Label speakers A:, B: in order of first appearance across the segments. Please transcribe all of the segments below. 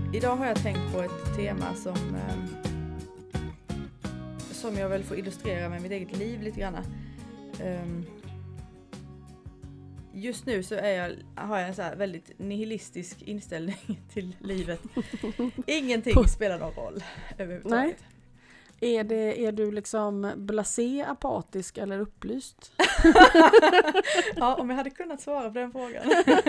A: Idag har jag tänkt på ett tema som jag väl får illustrera med mitt eget liv lite grann. Just nu så har jag en så här väldigt nihilistisk inställning till livet. Ingenting spelar någon roll överhuvudtaget.
B: Nej. Är du liksom blasé, apatisk eller upplyst?
A: Ja, om jag hade kunnat svara på den frågan.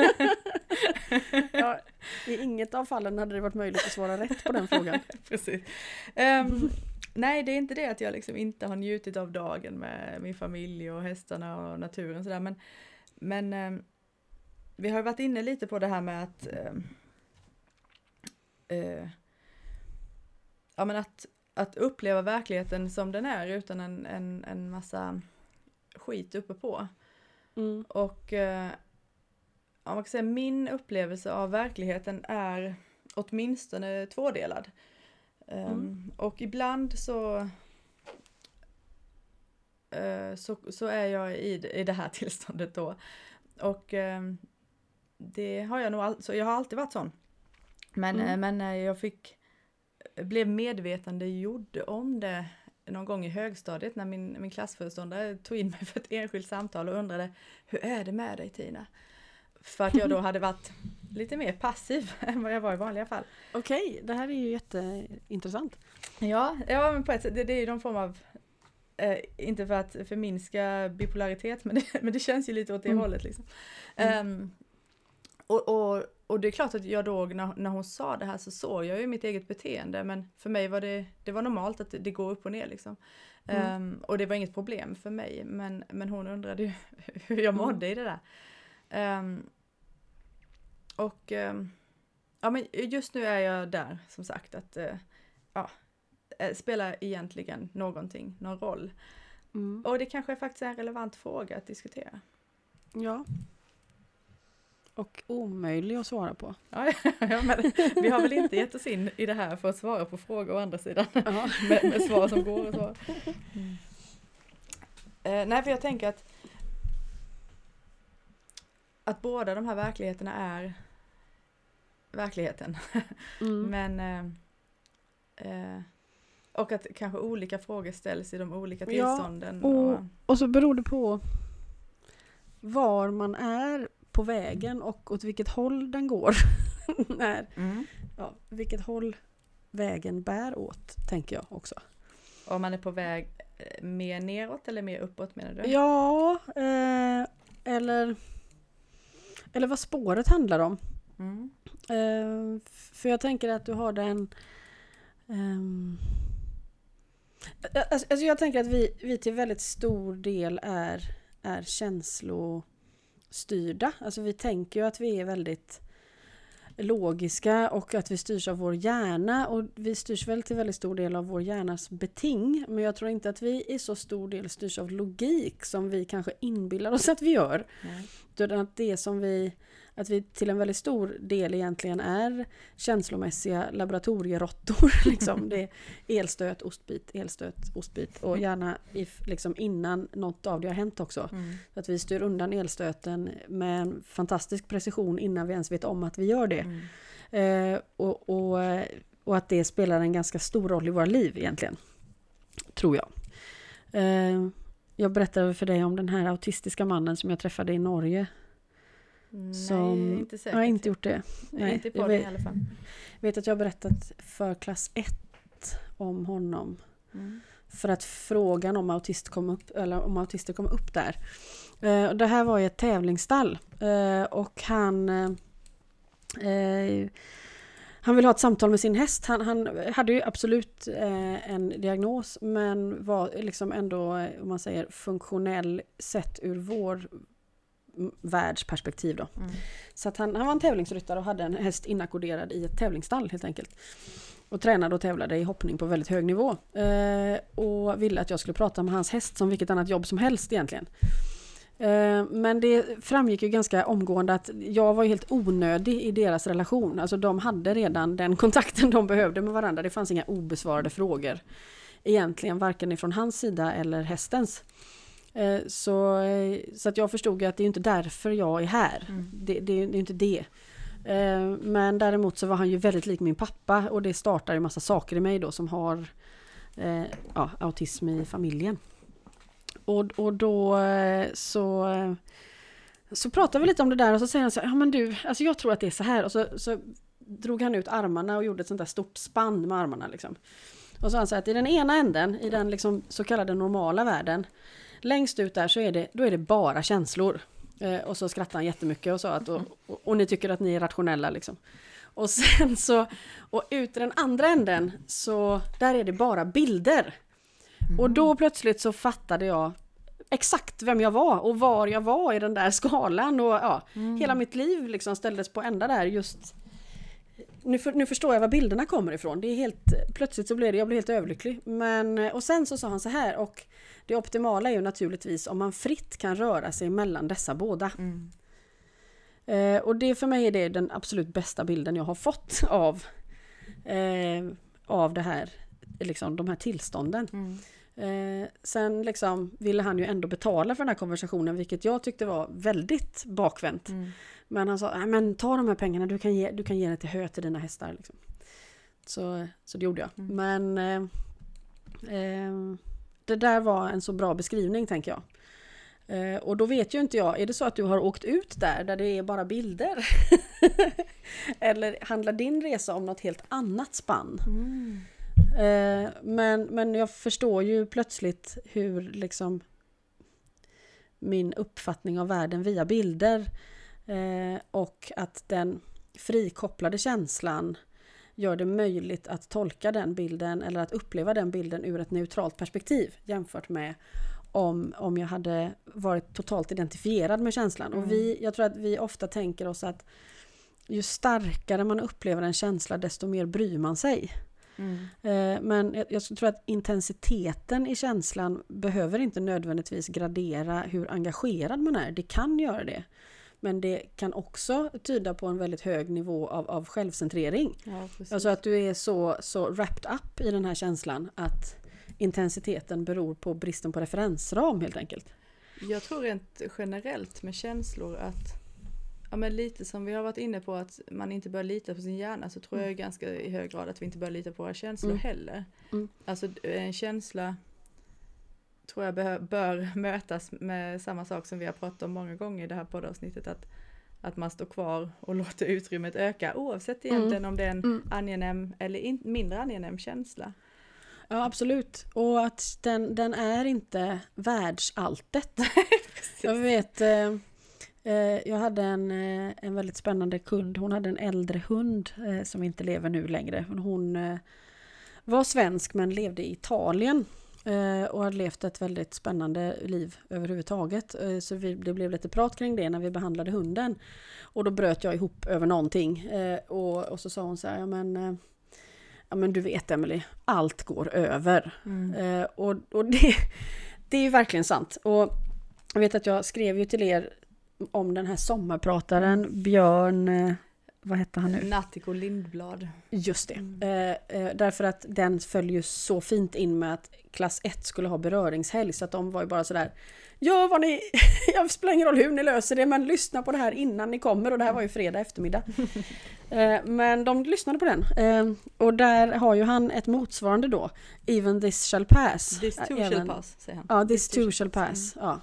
B: Ja, i inget av fallen hade det varit möjligt att svara rätt på den frågan.
A: Precis. Nej, det är inte det att jag liksom inte har njutit av dagen med min familj och hästarna och naturen sådär. Men vi har varit inne lite på det här med att uppleva verkligheten som den är utan en massa skit uppe på.
B: Mm.
A: Och man kan säga min upplevelse av verkligheten är åtminstone tvådelad. Och ibland så är jag i det här tillståndet då. Och det har jag nog jag har alltid varit sån. Men jag blev medvetandegjord om det någon gång i högstadiet när min klassföreståndare tog in mig för ett enskilt samtal och undrade: hur är det med dig, Tina? För att jag då hade varit lite mer passiv än vad jag var i vanliga fall.
B: Okej, det här är ju jätteintressant.
A: Ja, men på ett sätt, det är ju någon form av inte för att förminska bipolaritet, men det känns ju lite åt det hållet liksom. Och det är klart att jag då när hon sa det här så såg jag ju mitt eget beteende, men för mig var det var normalt att det går upp och ner liksom. Och det var inget problem för mig, men hon undrade ju hur jag mådde i det där. Men just nu är jag där som sagt att spelar egentligen någon roll. Och det kanske faktiskt är en relevant fråga att diskutera.
B: Ja. Och omöjlig att svara på.
A: Ja, men vi har väl inte gett oss in i det här för att svara på frågor å andra sidan. med svar som går och så. Nej, för jag tänker att båda de här verkligheterna är verkligheten. Men och att kanske olika frågor ställs i de olika tillstånden.
B: Ja, och så beror det på var man är på vägen och åt vilket håll den går. Vilket håll vägen bär åt, tänker jag också.
A: Om man är på väg mer neråt eller mer uppåt, menar du?
B: Ja, eller vad spåret handlar om. För jag tänker att du har den... Alltså jag tänker att vi till väldigt stor del är känslostyrda. Alltså vi tänker ju att vi är väldigt logiska och att vi styrs av vår hjärna, och vi styrs väl till väldigt stor del av vår hjärnas beting, men jag tror inte att vi i så stor del styrs av logik som vi kanske inbillar oss att vi gör. Utan att det som att vi till en väldigt stor del egentligen är känslomässiga laboratorierottor. Liksom. Det är elstöt, ostbit och gärna liksom innan något av det har hänt också. Så att vi styr undan elstöten med en fantastisk precision innan vi ens vet om att vi gör det. Och att det spelar en ganska stor roll i våra liv egentligen, tror jag. Jag berättade för dig om den här autistiska mannen som jag träffade i Norge.
A: Nej, inte säkert.
B: Jag har inte gjort det. Nej,
A: inte på det i alla fall.
B: Jag vet att jag har berättat för klass 1 om honom. För att frågan om autister kom upp där. Det här var i ett tävlingsstall. Och han ville ha ett samtal med sin häst. Han hade ju absolut en diagnos, men var liksom ändå, om man säger, funktionell sett ur vår världsperspektiv då. Så att han var en tävlingsryttare och hade en häst inackorderad i ett tävlingsstall helt enkelt. Och tränade och tävlade i hoppning på väldigt hög nivå. Och ville att jag skulle prata med hans häst som vilket annat jobb som helst egentligen. Men det framgick ju ganska omgående att jag var helt onödig i deras relation. Alltså de hade redan den kontakten de behövde med varandra. Det fanns inga obesvarade frågor egentligen, varken ifrån hans sida eller hästens. Så att jag förstod att det är inte därför jag är här. Det är inte det. Men däremot så var han ju väldigt lik min pappa och det startar en massa saker i mig då som har autism i familjen. Och då så pratade vi lite om det där och så säger han så här, ja men du, alltså jag tror att det är så här. Och så drog han ut armarna och gjorde ett sånt där stort spann med armarna liksom. Och så han sa att i den ena änden, i den liksom så kallade normala världen, längst ut där så är det bara känslor. Och så skrattade han jättemycket och sa att och ni tycker att ni är rationella liksom. Och sen så, och ut i den andra änden så där är det bara bilder. Och då plötsligt så fattade jag exakt vem jag var och var jag var i den där skalan och hela mitt liv liksom ställdes på ända där just. Nu förstår jag var bilderna kommer ifrån. Det är helt plötsligt så blev jag blev helt överlycklig. Och sen så sa han så här, och det optimala är ju naturligtvis om man fritt kan röra sig mellan dessa båda. Och det för mig är det den absolut bästa bilden jag har fått av det här liksom de här tillstånden. Sen liksom ville han ju ändå betala för den här konversationen, vilket jag tyckte var väldigt bakvänt. Men han sa, men ta de här pengarna, du kan ge det till hö till dina hästar liksom. Så det gjorde jag. Men det där var en så bra beskrivning, tänker jag. Och då vet ju inte jag, är det så att du har åkt ut där det är bara bilder? Eller handlar din resa om något helt annat spann? Men jag förstår ju plötsligt hur liksom min uppfattning av världen via bilder och att den frikopplade känslan gör det möjligt att tolka den bilden eller att uppleva den bilden ur ett neutralt perspektiv jämfört med om jag hade varit totalt identifierad med känslan. Och jag tror att vi ofta tänker oss att ju starkare man upplever en känsla desto mer bryr man sig. Men jag tror att intensiteten i känslan behöver inte nödvändigtvis gradera hur engagerad man är. Det kan göra det. Men det kan också tyda på en väldigt hög nivå av självcentrering. Ja, alltså att du är så wrapped up i den här känslan att intensiteten beror på bristen på referensram helt enkelt.
A: Jag tror rent generellt med känslor att men lite som vi har varit inne på att man inte bör lita på sin hjärna, så tror jag ganska i hög grad att vi inte bör lita på våra känslor heller. Alltså en känsla tror jag bör mötas med samma sak som vi har pratat om många gånger i det här poddavsnittet, att man står kvar och låter utrymmet öka oavsett egentligen om det är en angenäm eller mindre angenäm känsla.
B: Ja, absolut. Och att den är inte världsalltet. Jag vet, jag hade en väldigt spännande kund. Hon hade en äldre hund som inte lever nu längre. Hon var svensk men levde i Italien och hade levt ett väldigt spännande liv överhuvudtaget. Så det blev lite prat kring det när vi behandlade hunden. Och då bröt jag ihop över någonting. Och så sa hon så här, ja men du vet Emily, allt går över. Och det är ju verkligen sant. Och jag vet att jag skrev ju till er om den här sommarprataren Björn, vad hette han nu?
A: Nattiko Lindblad.
B: Just det. Därför att den följer så fint in med att klass 1 skulle ha beröringshelg, så att de var ju bara sådär, ja vad ni, jag spelar ingen roll hur ni löser det, men lyssna på det här innan ni kommer, och det här var ju fredag eftermiddag. Men de lyssnade på den. Och där har ju han ett motsvarande då, even this shall pass.
A: This too shall pass, säger han.
B: Ja, this too shall pass. Ja.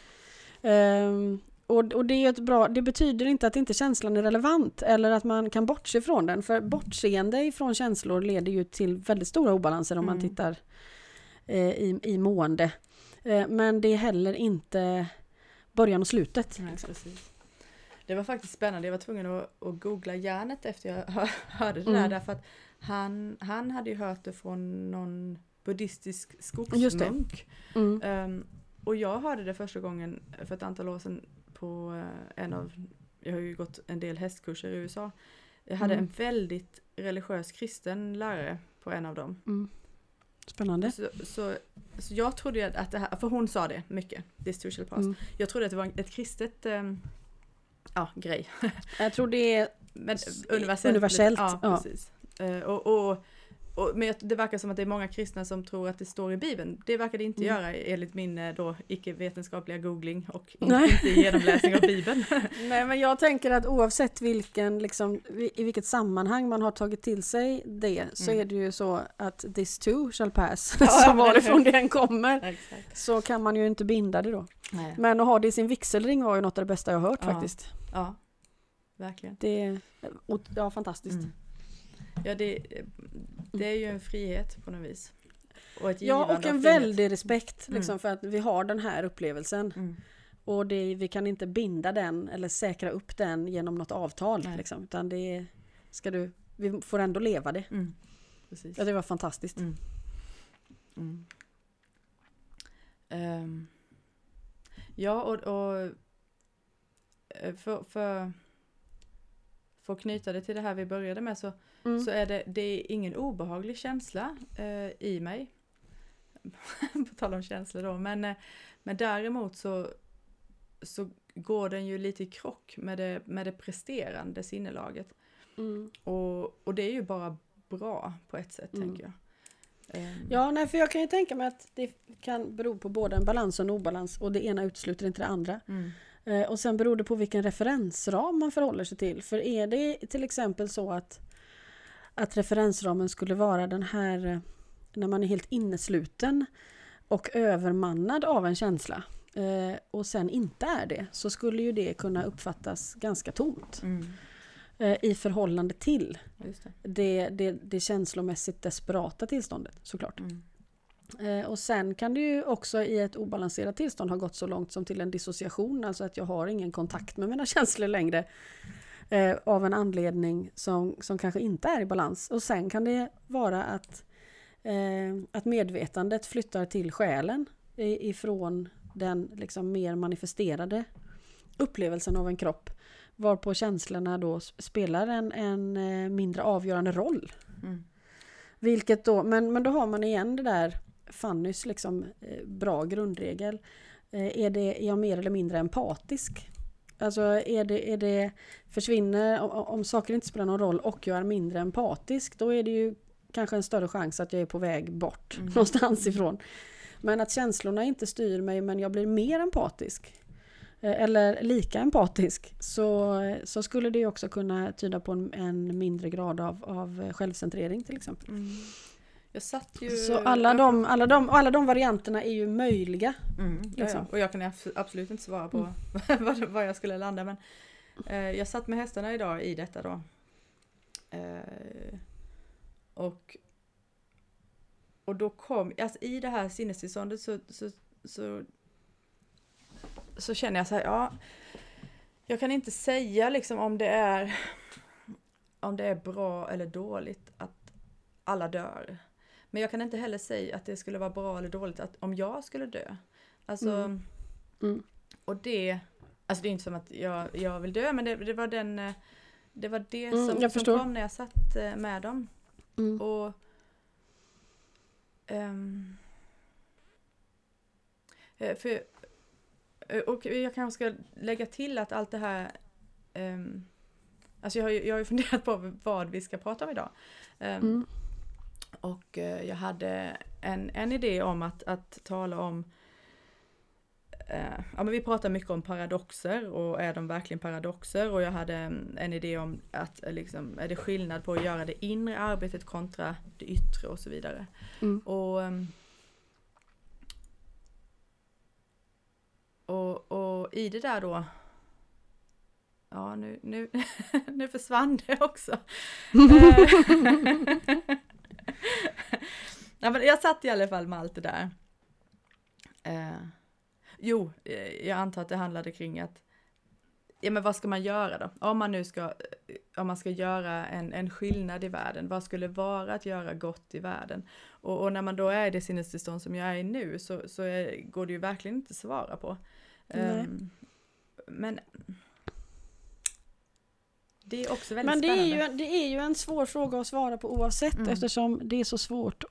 B: Och det är ett bra, det betyder inte att inte känslan är relevant eller att man kan bortse från den, för bortseende ifrån känslor leder ju till väldigt stora obalanser om man tittar i mående. Men det är heller inte början och slutet.
A: Nej, precis. Det var faktiskt spännande. Jag var tvungen att googla hjärnet efter jag hörde det där. Därför att han hade ju hört det från någon buddhistisk skogsmunk. Och jag hörde det första gången för ett antal år sedan på jag har ju gått en del hästkurser i USA. Jag hade en väldigt religiös kristen lärare på en av dem.
B: Spännande.
A: Så jag trodde att det här, för hon sa det mycket, this too shall pass. Jag trodde att det var ett kristet grej.
B: Jag tror det är
A: universellt.
B: Ja.
A: Precis. Och Men det verkar som att det är många kristna som tror att det står i Bibeln. Det verkar det inte göra enligt min då icke-vetenskapliga googling och inte genomläsning av Bibeln.
B: Nej, men jag tänker att oavsett vilken, liksom, i vilket sammanhang man har tagit till sig det, så är det ju så att this too shall pass. Så varifrån det än kommer.
A: Exakt.
B: Så kan man ju inte binda det då.
A: Nej.
B: Men att ha det i sin vigselring var ju något av det bästa jag har hört faktiskt.
A: Ja, verkligen.
B: Ja, fantastiskt.
A: Ja, det är ju en frihet på något vis. Och ett givande
B: och en väldig respekt liksom, för att vi har den här upplevelsen. Och vi kan inte binda den eller säkra upp den genom något avtal. Liksom, utan vi får ändå leva det.
A: Precis.
B: Ja, det var fantastiskt.
A: Ja, och för att knyta det till det här vi började med, så är det är ingen obehaglig känsla i mig. På tal om känslor då. Men däremot så går den ju lite i krock med det presterande sinnelaget. Och det är ju bara bra på ett sätt, tänker jag.
B: Ja, för jag kan ju tänka mig att det kan bero på både en balans och en obalans, och det ena utesluter inte det andra. Och sen beror det på vilken referensram man förhåller sig till. För är det till exempel så att referensramen skulle vara den här när man är helt innesluten och övermannad av en känsla, och sen inte är det, så skulle ju det kunna uppfattas ganska tomt i förhållande till det känslomässigt desperata tillståndet, såklart. Och sen kan det ju också i ett obalanserat tillstånd ha gått så långt som till en dissociation, alltså att jag har ingen kontakt med mina känslor längre av en anledning som kanske inte är i balans. Och sen kan det vara att medvetandet flyttar till själen ifrån den liksom mer manifesterade upplevelsen av en kropp, varpå känslorna då spelar en mindre avgörande roll. Vilket då, men då har man igen det där Fannys liksom bra grundregel. Är jag mer eller mindre empatisk? Alltså är det försvinner, om saker inte spelar någon roll och jag är mindre empatisk, då är det ju kanske en större chans att jag är på väg bort någonstans ifrån. Men att känslorna inte styr mig, men jag blir mer empatisk eller lika empatisk, så skulle det också kunna tyda på en mindre grad av självcentrering till exempel.
A: Jag satt ju...
B: Så alla de varianterna är ju möjliga.
A: Liksom. Och jag kan absolut inte svara på vad jag skulle landa, men jag satt med hästarna idag i detta då. Och då kom, alltså i det här sinnestillståndet så känner jag så här, jag kan inte säga liksom om det är bra eller dåligt att alla dör. Men jag kan inte heller säga att det skulle vara bra eller dåligt om jag skulle dö. Alltså, och det, alltså det är inte som att jag vill dö, men det var det som kom när jag satt med dem. Och jag kanske ska lägga till att allt det här, alltså jag har ju funderat på vad vi ska prata om idag. Och jag hade en idé om att tala om, men vi pratar mycket om paradoxer, och är de verkligen paradoxer? Och jag hade en idé om att liksom, är det skillnad på att göra det inre arbetet kontra det yttre och så vidare. Och i det där då, ja nu försvann det också. Ja, men jag satt i alla fall med allt det där. Jag antar att det handlade kring att, men vad ska man göra då? Om man ska göra en skillnad i världen, vad skulle vara att göra gott i världen? Och när man då är i det sinnestillstånd som jag är i nu, så går det ju verkligen inte att svara på. Men det är också väldigt spännande.
B: Men det är ju en svår fråga att svara på oavsett, eftersom det är så svårt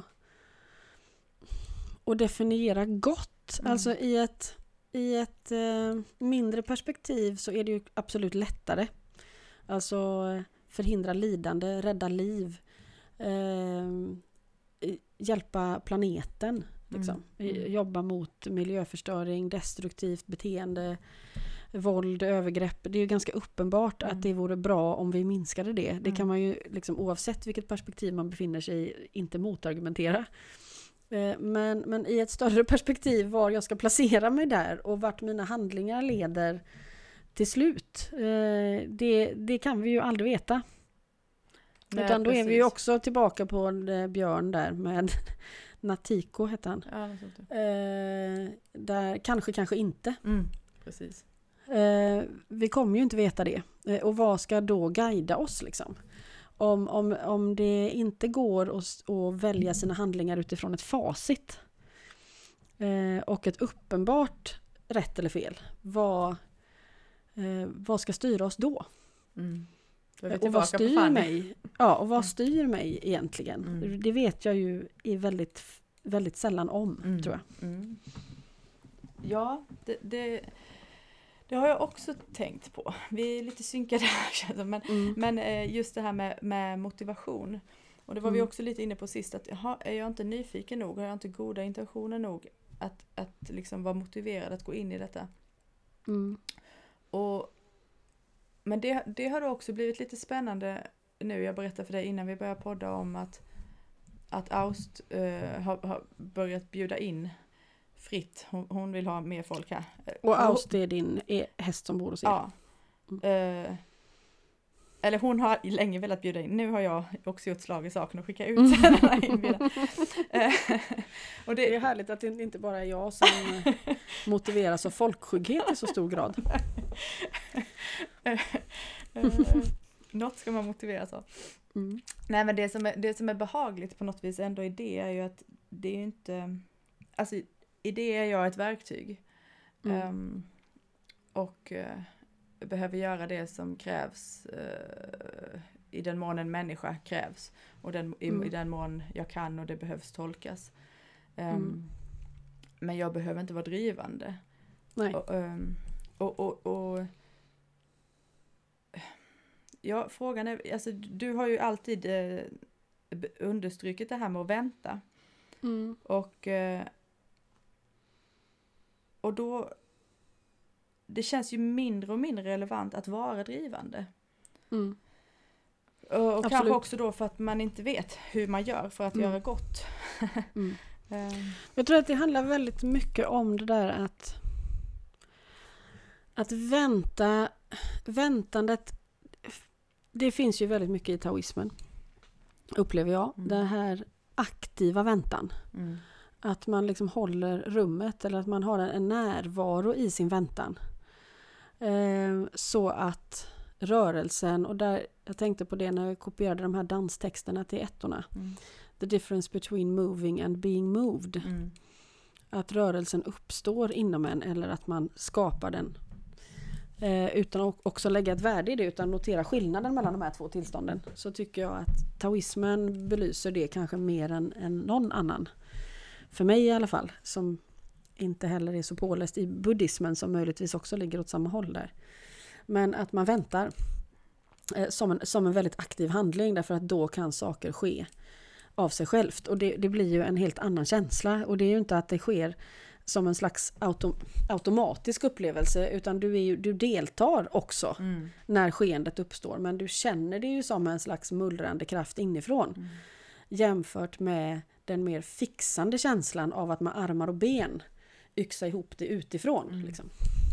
B: att definiera gott. Alltså i ett mindre perspektiv så är det ju absolut lättare. Alltså förhindra lidande, rädda liv. hjälpa planeten. Liksom. Jobba mot miljöförstöring, destruktivt beteende, våld, övergrepp. Det är ju ganska uppenbart att det vore bra om vi minskade det. Det kan man ju liksom, oavsett vilket perspektiv man befinner sig i, inte motargumentera. Men i ett större perspektiv var jag ska placera mig där och vart mina handlingar leder till slut. Det kan vi ju aldrig veta. Nej, utan då precis. Är vi ju också tillbaka på en björn där med Natiko hette han.
A: Ja,
B: där kanske inte.
A: Precis.
B: Vi kommer ju inte veta det. Och vad ska då guida oss liksom? Om det inte går att välja sina handlingar utifrån ett facit och ett uppenbart rätt eller fel, vad ska styra oss då? Och vad styr mig? Ja, och vad styr mig egentligen? Det vet jag ju är väldigt, väldigt sällan om, tror jag.
A: Ja, det har jag också tänkt på. Vi är lite synkade här. Men just det här med motivation. Och det var vi också lite inne på sist. Att är jag inte nyfiken nog? Har jag inte goda intentioner nog? Att liksom vara motiverad att gå in i detta. Men det har då också blivit lite spännande nu. Jag berättade för dig innan vi började podda om att Aust har börjat bjuda in fritt. Hon vill ha mer folk här.
B: Och Aust är din häst som bor hos er?
A: Ja. Eller hon har länge velat bjuda in. Nu har jag också gjort slag i saken och skickat ut den här inbjudan. Och
B: det är härligt att det inte bara är jag som motiveras av folkskygghet i så stor grad.
A: Något ska man motiveras av. Nej, men det som är behagligt på något vis ändå i det är ju att det är ju inte... Alltså, i det är jag ett verktyg. Och behöver göra det som krävs i den mån en människa krävs. Och i den mån jag kan och det behövs tolkas. Men jag behöver inte vara drivande.
B: Nej.
A: Ja, frågan är... Alltså, du har ju alltid understrukit det här med att vänta. Och då, det känns ju mindre och mindre relevant att vara drivande. Och kanske också då för att man inte vet hur man gör för att göra gott.
B: Jag tror att det handlar väldigt mycket om det där att väntandet, det finns ju väldigt mycket i taoismen, upplever jag. Det här aktiva väntan. Att man liksom håller rummet eller att man har en närvaro i sin väntan. Så att rörelsen, och där jag tänkte på det när jag kopierade de här danstexterna till ettorna. The difference between moving and being moved. Att rörelsen uppstår inom en eller att man skapar den. Utan att också lägga ett värde i det, utan notera skillnaden mellan de här två tillstånden. Så tycker jag att taoismen belyser det kanske mer än någon annan. För mig i alla fall, som inte heller är så påläst i buddhismen som möjligtvis också ligger åt samma håll där. Men att man väntar som en väldigt aktiv handling, därför att då kan saker ske av sig självt. Och det blir ju en helt annan känsla. Och det är ju inte att det sker som en slags automatisk upplevelse, utan du deltar också när skeendet uppstår. Men du känner det ju som en slags mullrande kraft inifrån. Jämfört med den mer fixande känslan av att med armar och ben yxa ihop det utifrån. Liksom.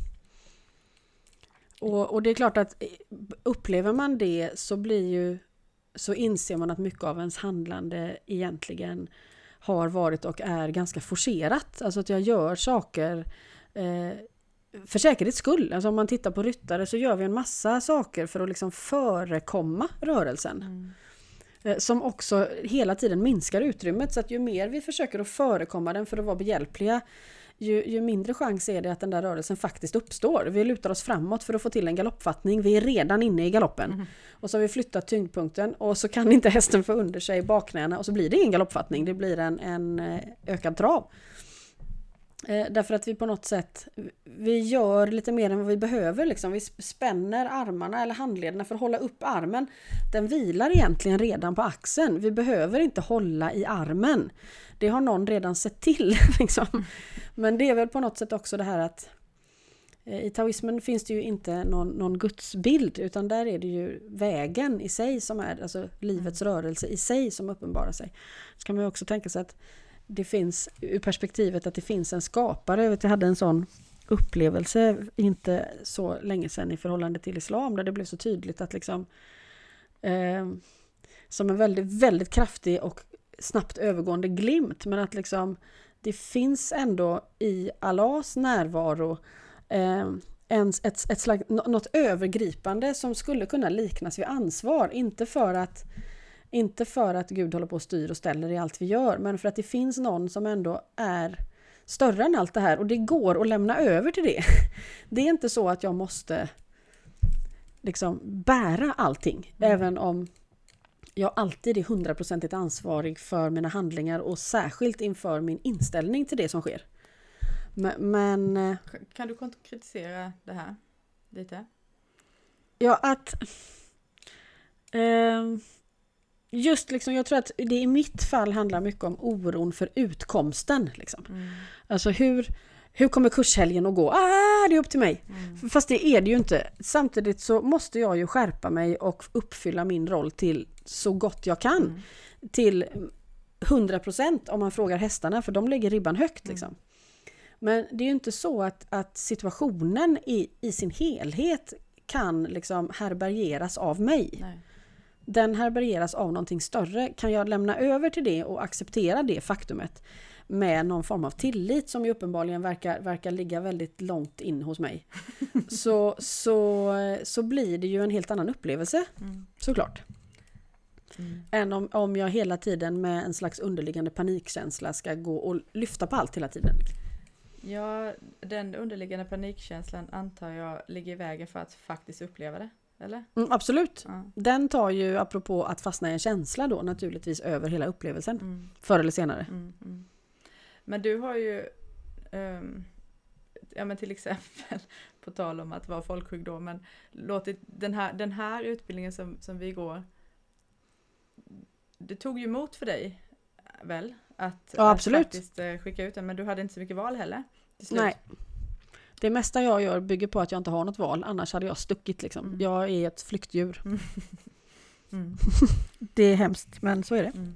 B: Och det är klart att upplever man det så inser man att mycket av ens handlande egentligen har varit och är ganska forcerat. Alltså att jag gör saker för säkerhets skull. Alltså om man tittar på ryttare så gör vi en massa saker för att liksom förekomma rörelsen. Som också hela tiden minskar utrymmet, så att ju mer vi försöker att förekomma den för att vara behjälpliga, ju mindre chans är det att den där rörelsen faktiskt uppstår. Vi lutar oss framåt för att få till en galoppfattning. Vi är redan inne i galoppen. Och så har vi flyttat tyngdpunkten och så kan inte hästen få under sig bakknäna och så blir det ingen galoppfattning. Det blir en ökad trav. Därför att vi på något sätt, vi gör lite mer än vad vi behöver. Liksom. Vi spänner armarna eller handlederna för att hålla upp armen. Den vilar egentligen redan på axeln. Vi behöver inte hålla i armen. Det har någon redan sett till. Liksom. Men det är väl på något sätt också det här att i taoismen finns det ju inte någon gudsbild, utan där är det ju vägen i sig som är, alltså livets rörelse i sig som uppenbarar sig. Så kan man ju också tänka sig att det finns, ur perspektivet att det finns en skapare. Jag hade en sån upplevelse inte så länge sedan i förhållande till islam, där det blev så tydligt att liksom som en väldigt, väldigt kraftig och snabbt övergående glimt, men att liksom det finns ändå i Allahs närvaro ett slags, något övergripande som skulle kunna liknas vid ansvar, inte för att Gud håller på och styr och ställer i allt vi gör, men för att det finns någon som ändå är större än allt det här, och det går att lämna över till det. Det är inte så att jag måste liksom bära allting, även om jag alltid är 100% ansvarig för mina handlingar och särskilt inför min inställning till det som sker. Men
A: kan du konkretisera det här lite?
B: Ja, att just liksom, jag tror att det i mitt fall handlar mycket om oron för utkomsten. Liksom. Alltså hur kommer kurshelgen att gå? Det är upp till mig. Fast det är det ju inte. Samtidigt så måste jag ju skärpa mig och uppfylla min roll till så gott jag kan. Till 100% om man frågar hästarna, för de lägger ribban högt. Liksom. Men det är ju inte så att situationen i sin helhet kan liksom härbärgeras av mig. Nej. Den härbärgeras av någonting större. Kan jag lämna över till det och acceptera det faktumet med någon form av tillit som ju uppenbarligen verkar ligga väldigt långt in hos mig, så blir det ju en helt annan upplevelse, såklart. Än om jag hela tiden med en slags underliggande panikkänsla ska gå och lyfta på allt hela tiden.
A: Ja, den underliggande panikkänslan antar jag ligger i vägen för att faktiskt uppleva det, eller?
B: Absolut. Ja. Den tar ju, apropå att fastna i en känsla då, naturligtvis över hela upplevelsen. Förr eller senare.
A: Men du har ju ja, men till exempel på tal om att vara folksjukdom, men låtit den här utbildningen som vi går, det tog ju emot för dig väl att faktiskt skicka ut den, men du hade inte så mycket val heller till slut.
B: Nej. Det mesta jag gör bygger på att jag inte har något val, annars hade jag stuckit liksom. Jag är ett flyktdjur. Det är hemskt, men så är det.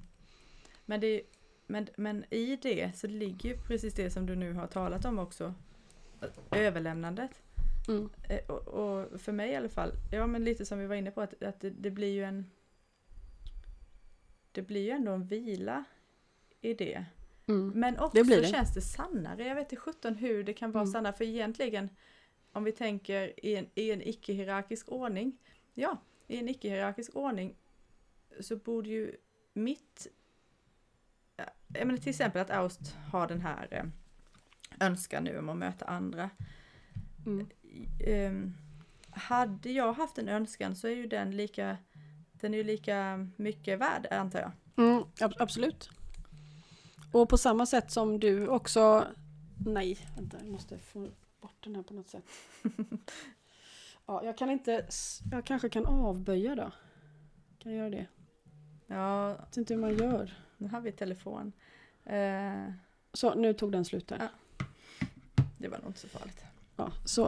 A: Men i det så ligger ju precis det som du nu har talat om också, överlämnandet. Och för mig i alla fall, ja, men lite som vi var inne på, att det blir ju ändå en vila i det. Men också det känns det sannare. Jag vet inte 17 hur det kan vara sannare, för egentligen om vi tänker i en icke-hierarkisk ordning, i en icke-hierarkisk ordning så borde ju jag menar till exempel att Aust har den här önskan nu om att möta andra. Hade jag haft en önskan så är ju den är ju lika mycket värd, antar jag.
B: Absolut. Och på samma sätt som du också... Nej, vänta, jag måste få bort den här på något sätt. Jag kanske kan avböja då. Kan jag göra det?
A: Ja.
B: Jag vet inte hur man gör.
A: Nu har vi telefon.
B: Så, nu tog den slut där.
A: Ja. Det var nog inte så farligt.
B: Ja, så.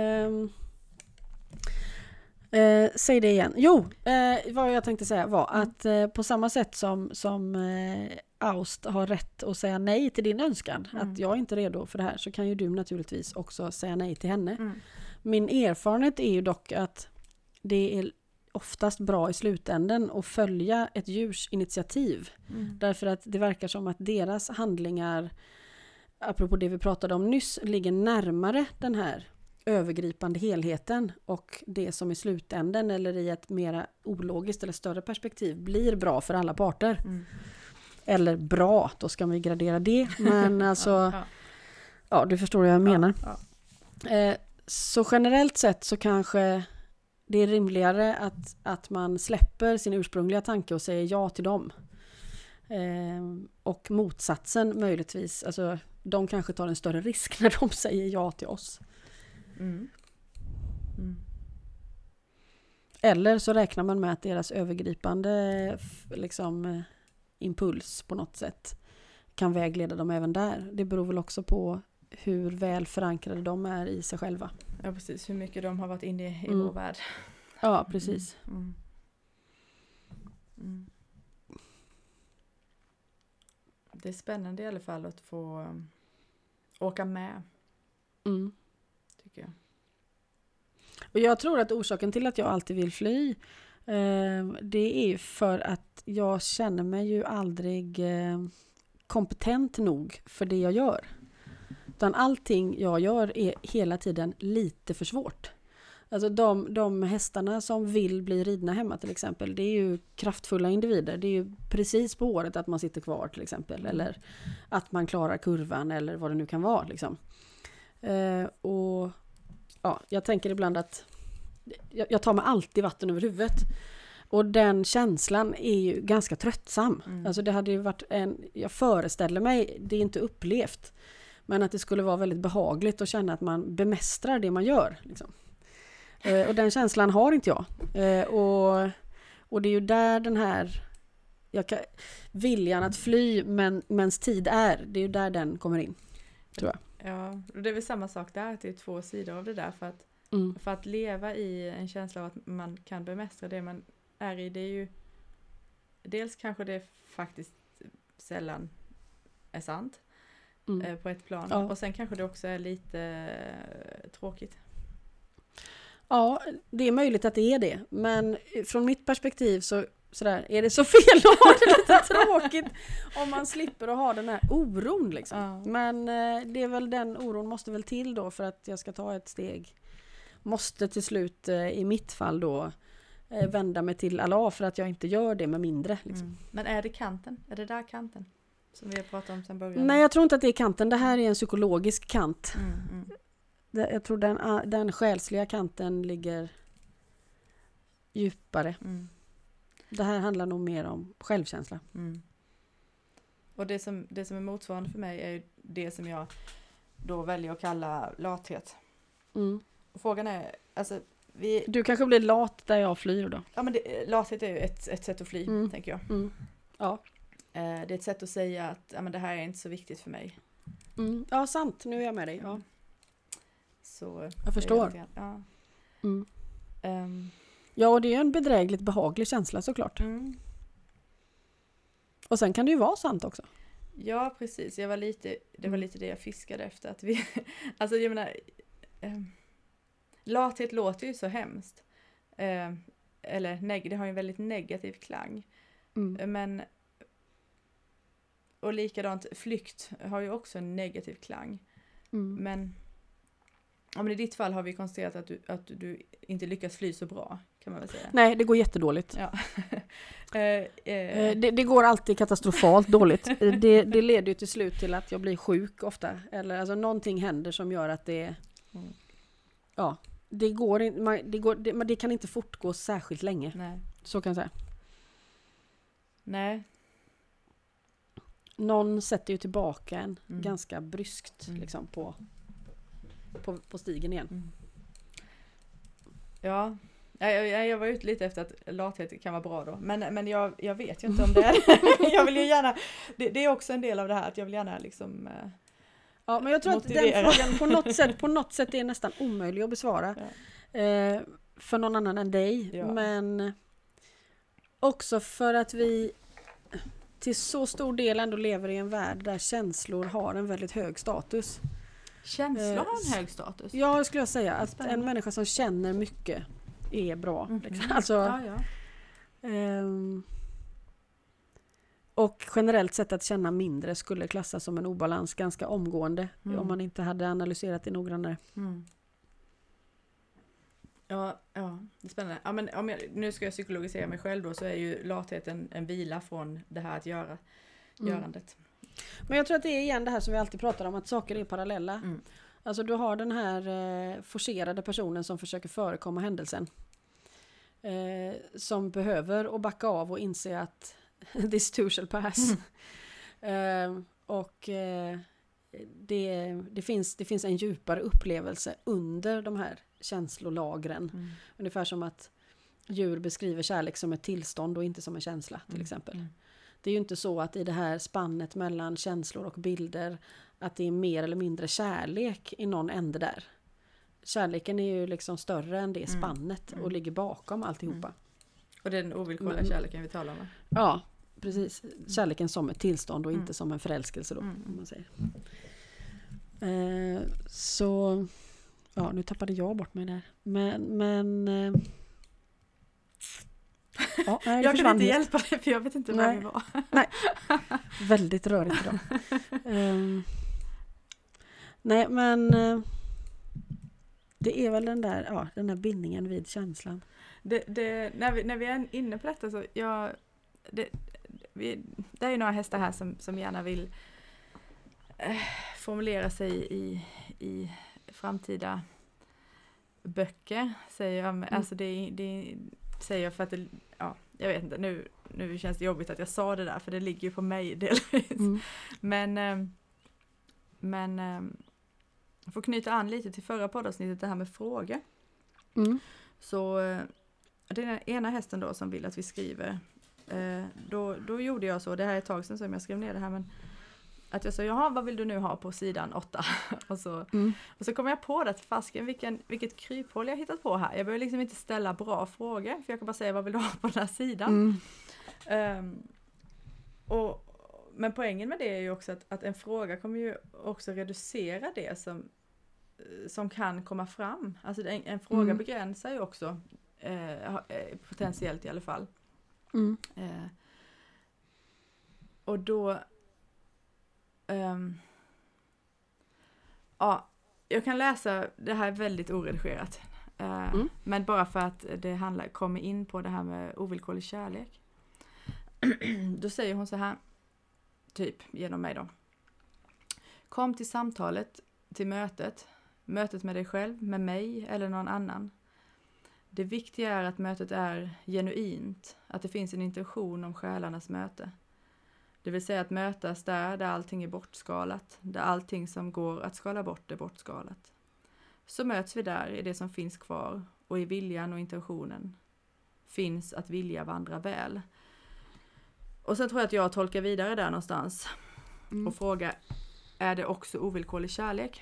B: Säg det igen. Vad jag tänkte säga var att på samma sätt som Aust har rätt att säga nej till din önskan, att jag är inte redo för det här, så kan ju du naturligtvis också säga nej till henne. Min erfarenhet är ju dock att det är oftast bra i slutänden att följa ett djurs initiativ. Därför att det verkar som att deras handlingar, apropå det vi pratade om nyss, ligger närmare den här övergripande helheten, och det som i slutänden eller i ett mer ologiskt eller större perspektiv blir bra för alla parter. Eller bra, då ska man gradera det, men alltså du förstår vad jag menar. Så generellt sett så kanske det är rimligare att man släpper sin ursprungliga tanke och säger ja till dem. Och motsatsen möjligtvis, alltså de kanske tar en större risk när de säger ja till oss.
A: Mm. Mm.
B: Eller så räknar man med att deras övergripande liksom, impuls på något sätt kan vägleda dem även där. Det beror väl också på hur väl förankrade de är i sig själva.
A: Ja, precis. Hur mycket de har varit inne i vår värld.
B: Ja, precis.
A: Mm. Mm. Det är spännande i alla fall att få åka med.
B: Mm.
A: Tycker jag.
B: Och jag tror att orsaken till att jag alltid vill fly det är ju för att jag känner mig ju aldrig kompetent nog för det jag gör. Utan allting jag gör är hela tiden lite för svårt. Alltså de hästarna som vill bli ridna hemma till exempel, det är ju kraftfulla individer. Det är ju precis på året att man sitter kvar till exempel. Eller att man klarar kurvan eller vad det nu kan vara. Liksom. Och ja, jag tänker ibland att jag tar mig alltid vatten över huvudet. Och den känslan är ju ganska tröttsam. Alltså det hade ju varit jag föreställer mig, det är inte upplevt. Men att det skulle vara väldigt behagligt att känna att man bemästrar det man gör. Liksom. Och den känslan har inte jag. Och det är ju där den här viljan att fly mens tid är. Det är ju där den kommer in. Tror jag.
A: Ja, och det är väl samma sak där. Att det är två sidor av det där. För att leva i en känsla av att man kan bemästra det man är i. Det är ju dels kanske det faktiskt sällan är sant. På ett plan. Ja. Och sen kanske det också är lite tråkigt.
B: Ja, det är möjligt att det är det. Men från mitt perspektiv sådär, är det så fel att ha det lite tråkigt om man slipper att ha den här oron. Liksom. Ja. Men det är väl den oron måste väl till då för att jag ska ta ett steg. Måste till slut i mitt fall då vända mig till Allah för att jag inte gör det med mindre. Liksom.
A: Men är det kanten? Är det där kanten? Som vi har pratat om sedan början.
B: Nej, jag tror inte att det är kanten. Det här är en psykologisk kant. Jag tror den själsliga kanten ligger djupare. Det här handlar nog mer om självkänsla.
A: Och det som är motsvarande för mig är ju det som jag då väljer att kalla lathet. Och frågan är, alltså
B: du kanske blir lat där jag flyr då.
A: Ja, men lathet är ju ett sätt att fly, tänker jag.
B: Ja.
A: Det är ett sätt att säga att men det här är inte så viktigt för mig.
B: Ja, sant. Nu är jag med dig. Ja.
A: Så
B: jag förstår.
A: Ja.
B: Ja, och det är en bedrägligt behaglig känsla såklart. Och sen kan det ju vara sant också.
A: Ja, precis. Det var lite det jag fiskade efter. Att vi, alltså jag menar, lathet låter ju så hemskt. Eller det har ju en väldigt negativ klang. Men och likadant, flykt har ju också en negativ klang. Men i ditt fall har vi konstaterat att du inte lyckas fly så bra, kan man väl säga.
B: Nej, det går jättedåligt.
A: Ja.
B: Det går alltid katastrofalt dåligt. Det leder ju till slut till att jag blir sjuk ofta. Eller alltså någonting händer som gör att det... Ja, det kan inte fortgå särskilt länge.
A: Nej.
B: Så kan jag säga.
A: Nej.
B: Någon sätter ju tillbaka en ganska bryskt liksom, på stigen igen.
A: Ja, jag var ute lite efter att lathet kan vara bra då. Men jag vet ju inte om det är. Jag vill ju gärna, det är också en del av det här att jag vill gärna liksom
B: ja, men jag tror motivera. Att den frågan på något sätt är nästan omöjlig att besvara. Ja. För någon annan än dig. Ja. Men också för att vi till så stor del ändå lever i en värld där känslor har en väldigt hög status.
A: Känslor har en hög status?
B: Ja, jag skulle säga att en människa som känner mycket är bra. Liksom. Alltså, och generellt sett att känna mindre skulle klassas som en obalans ganska omgående om man inte hade analyserat det noggrannare.
A: Ja, det är spännande. Ja, men nu ska jag psykologisera mig själv då, så är ju latheten en vila från det här att görandet.
B: Men jag tror att det är igen det här som vi alltid pratar om, att saker är parallella. Alltså du har den här forcerade personen som försöker förekomma händelsen. Som behöver att backa av och inse att this too shall pass. Och det finns en djupare upplevelse under de här känslolagren. Ungefär som att djur beskriver kärlek som ett tillstånd och inte som en känsla till exempel. Det är ju inte så att i det här spannet mellan känslor och bilder att det är mer eller mindre kärlek i någon ände där. Kärleken är ju liksom större än det spannet och ligger bakom alltihopa.
A: Och det är den ovillkorliga kärleken vi talar om.
B: Ja, precis. Kärleken som ett tillstånd och inte som en förälskelse då, om man säger. Så ja, nu tappade jag bort mig där. Men ja, nej,
A: jag kan inte hjälpa dig för jag vet inte var vi var.
B: Nej, väldigt rörigt idag. Nej, men det är väl den där bindningen vid känslan.
A: När vi är inne på detta så det är ju några hästar här som gärna vill formulera sig i framtida böcker, säger jag. Alltså det säger jag för att jag vet inte, nu känns det jobbigt att jag sa det där för det ligger ju på mig delvis. Men för att knyta an lite till förra poddavsnittet, det här med frågor. Så det är den ena hästen då som vill att vi skriver. Då gjorde jag så, det här är ett tag sedan som jag skrev ner det här, men att jag sa, jaha, vad vill du nu ha på sidan 8? och så kom jag på det, att fasken, vilket kryphål jag hittat på här. Jag behöver liksom inte ställa bra frågor, för jag kan bara säga, vad vill du ha på den här sidan? Men poängen med det är ju också att en fråga kommer ju också reducera det som kan komma fram. Alltså en fråga begränsar ju också, potentiellt i alla fall. Och då jag kan läsa, det här är väldigt oredigerat, men bara för att det kommer in på det här med ovillkorlig kärlek. Då säger hon så här, typ genom mig då: kom till samtalet, till mötet med dig själv, med mig eller någon annan. Det viktiga är att mötet är genuint, att det finns en intention om själarnas möte. Det vill säga att mötas där allting är bortskalat, där allting som går att skala bort är bortskalat. Så möts vi där i det som finns kvar, och i viljan och intentionen finns att vilja vandra väl. Och sen tror jag att jag tolkar vidare där någonstans och frågar, är det också ovillkorlig kärlek?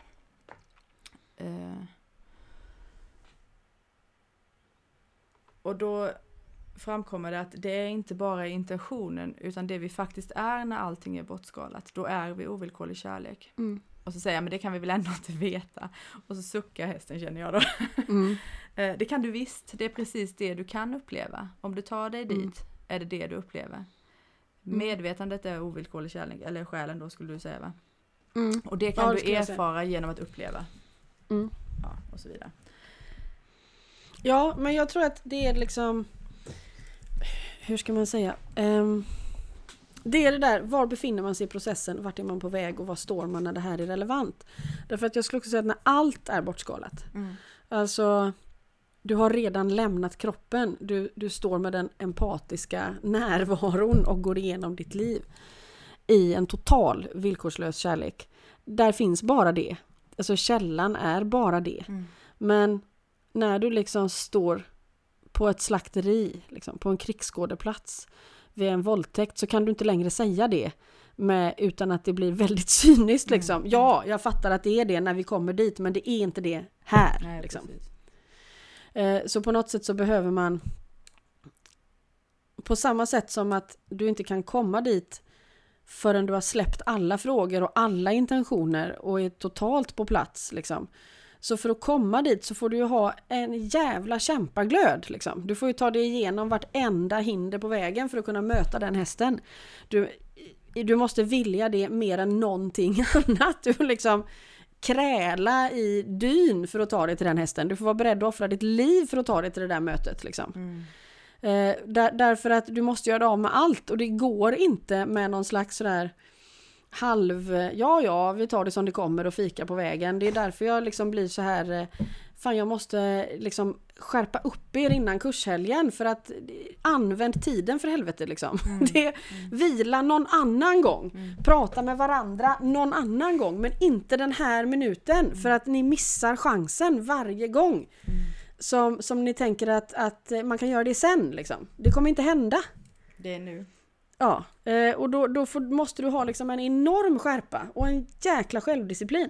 A: Och då framkommer det att det är inte bara intentionen, utan det vi faktiskt är när allting är bortskalat. Då är vi ovillkorlig kärlek. Och så säger jag, men det kan vi väl ändå inte veta. Och så suckar hästen, känner jag då. Det kan du visst. Det är precis det du kan uppleva. Om du tar dig dit är det du upplever. Medvetandet är ovillkorlig kärlek, eller själen då skulle du säga, va? Och det kan du erfara genom att uppleva. Ja, och så vidare.
B: Ja, men jag tror att det är liksom, hur ska man säga? Det är det där, var befinner man sig i processen, vart är man på väg och var står man när det här är relevant? Därför att jag skulle också säga att när allt är bortskalat, alltså du har redan lämnat kroppen, du står med den empatiska närvaron och går igenom ditt liv i en total villkorslös kärlek. Där finns bara det, alltså källan är bara det. Men när du liksom står på ett slakteri, liksom, på en krigsskådeplats vid en våldtäkt, så kan du inte längre säga det utan att det blir väldigt cyniskt. Liksom. Ja, jag fattar att det är det när vi kommer dit, men det är inte det här.
A: Nej,
B: liksom. Så på något sätt så behöver man, på samma sätt som att du inte kan komma dit förrän du har släppt alla frågor och alla intentioner och är totalt på plats, liksom. Så för att komma dit så får du ju ha en jävla kämpaglöd. Liksom. Du får ju ta dig igenom vartenda hinder på vägen för att kunna möta den hästen. Du måste vilja det mer än någonting annat. Du får liksom kräla i dyn för att ta dig till den hästen. Du får vara beredd att offra ditt liv för att ta dig till det där mötet. Liksom. Därför att du måste göra det av med allt. Och det går inte med någon slags sådär vi tar det som det kommer och fika på vägen. Det är därför jag liksom blir så här fan jag måste liksom skärpa upp er innan kurshelgen för att använd tiden för helvete liksom. Vila någon annan gång. Prata med varandra någon annan gång, men inte den här minuten för att ni missar chansen varje gång. Som ni tänker att man kan göra det sen liksom. Det kommer inte hända.
A: Det är nu.
B: Ja, och då måste du ha liksom en enorm skärpa och en jäkla självdisciplin.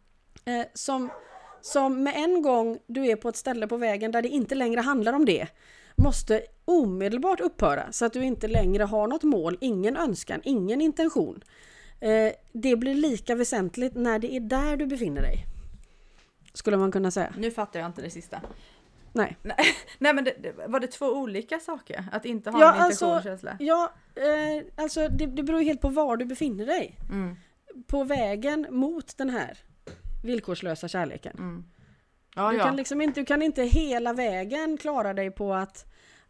B: Som med en gång du är på ett ställe på vägen där det inte längre handlar om det, måste omedelbart upphöra så att du inte längre har något mål, ingen önskan, ingen intention. Det blir lika väsentligt när det är där du befinner dig. Skulle man kunna säga.
A: Nu fattar jag inte det sista.
B: Nej.
A: Nej, men var det två olika saker? Att inte ha en intention och känsla?
B: Ja, alltså det beror helt på var du befinner dig. På vägen mot den här villkorslösa kärleken. Ja, du kan inte hela vägen klara dig på att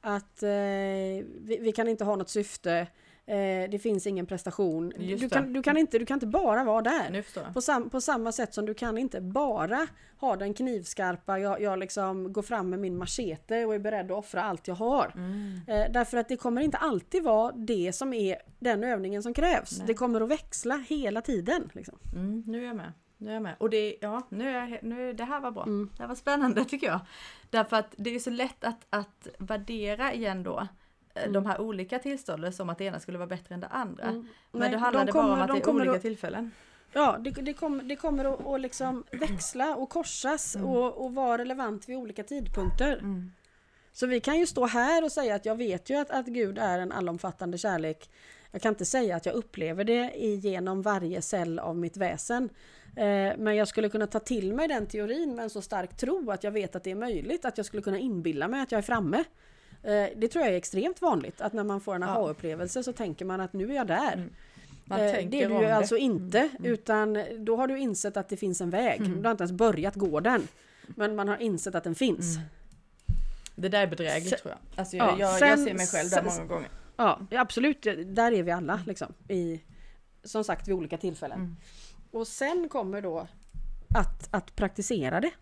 B: vi kan inte ha något syfte. Det finns ingen prestation. Du kan inte bara vara där. På samma sätt som du kan inte bara ha den knivskarpa, jag liksom går fram med min machete och är beredd att offra allt jag har. Därför att det kommer inte alltid vara det som är den övningen som krävs. Nej. Det kommer att växla hela tiden. Liksom.
A: Nu är jag med. Och det här var bra. Det här var spännande tycker jag. Därför att det är så lätt att värdera igen då de här olika tillstånden som att det ena skulle vara bättre än det andra. Men då handlar det bara om att det är olika tillfällen.
B: Ja, det kommer att liksom växla och korsas och vara relevant vid olika tidpunkter. Så vi kan ju stå här och säga att jag vet ju att Gud är en allomfattande kärlek. Jag kan inte säga att jag upplever det genom varje cell av mitt väsen. Men jag skulle kunna ta till mig den teorin med en så stark tro att jag vet att det är möjligt. Att jag skulle kunna inbilla mig att jag är framme. Det tror jag är extremt vanligt. Att när man får en aha-upplevelse så tänker man att nu är jag där. Det är du ju alltså inte. Utan då har du insett att det finns en väg. Du har inte ens börjat gå den. Men man har insett att den finns.
A: Det där är bedrägligt tror jag. Alltså jag ser mig själv där många gånger.
B: Ja, absolut. Där är vi alla liksom. Som sagt vid olika tillfällen. Och sen kommer då att praktisera det.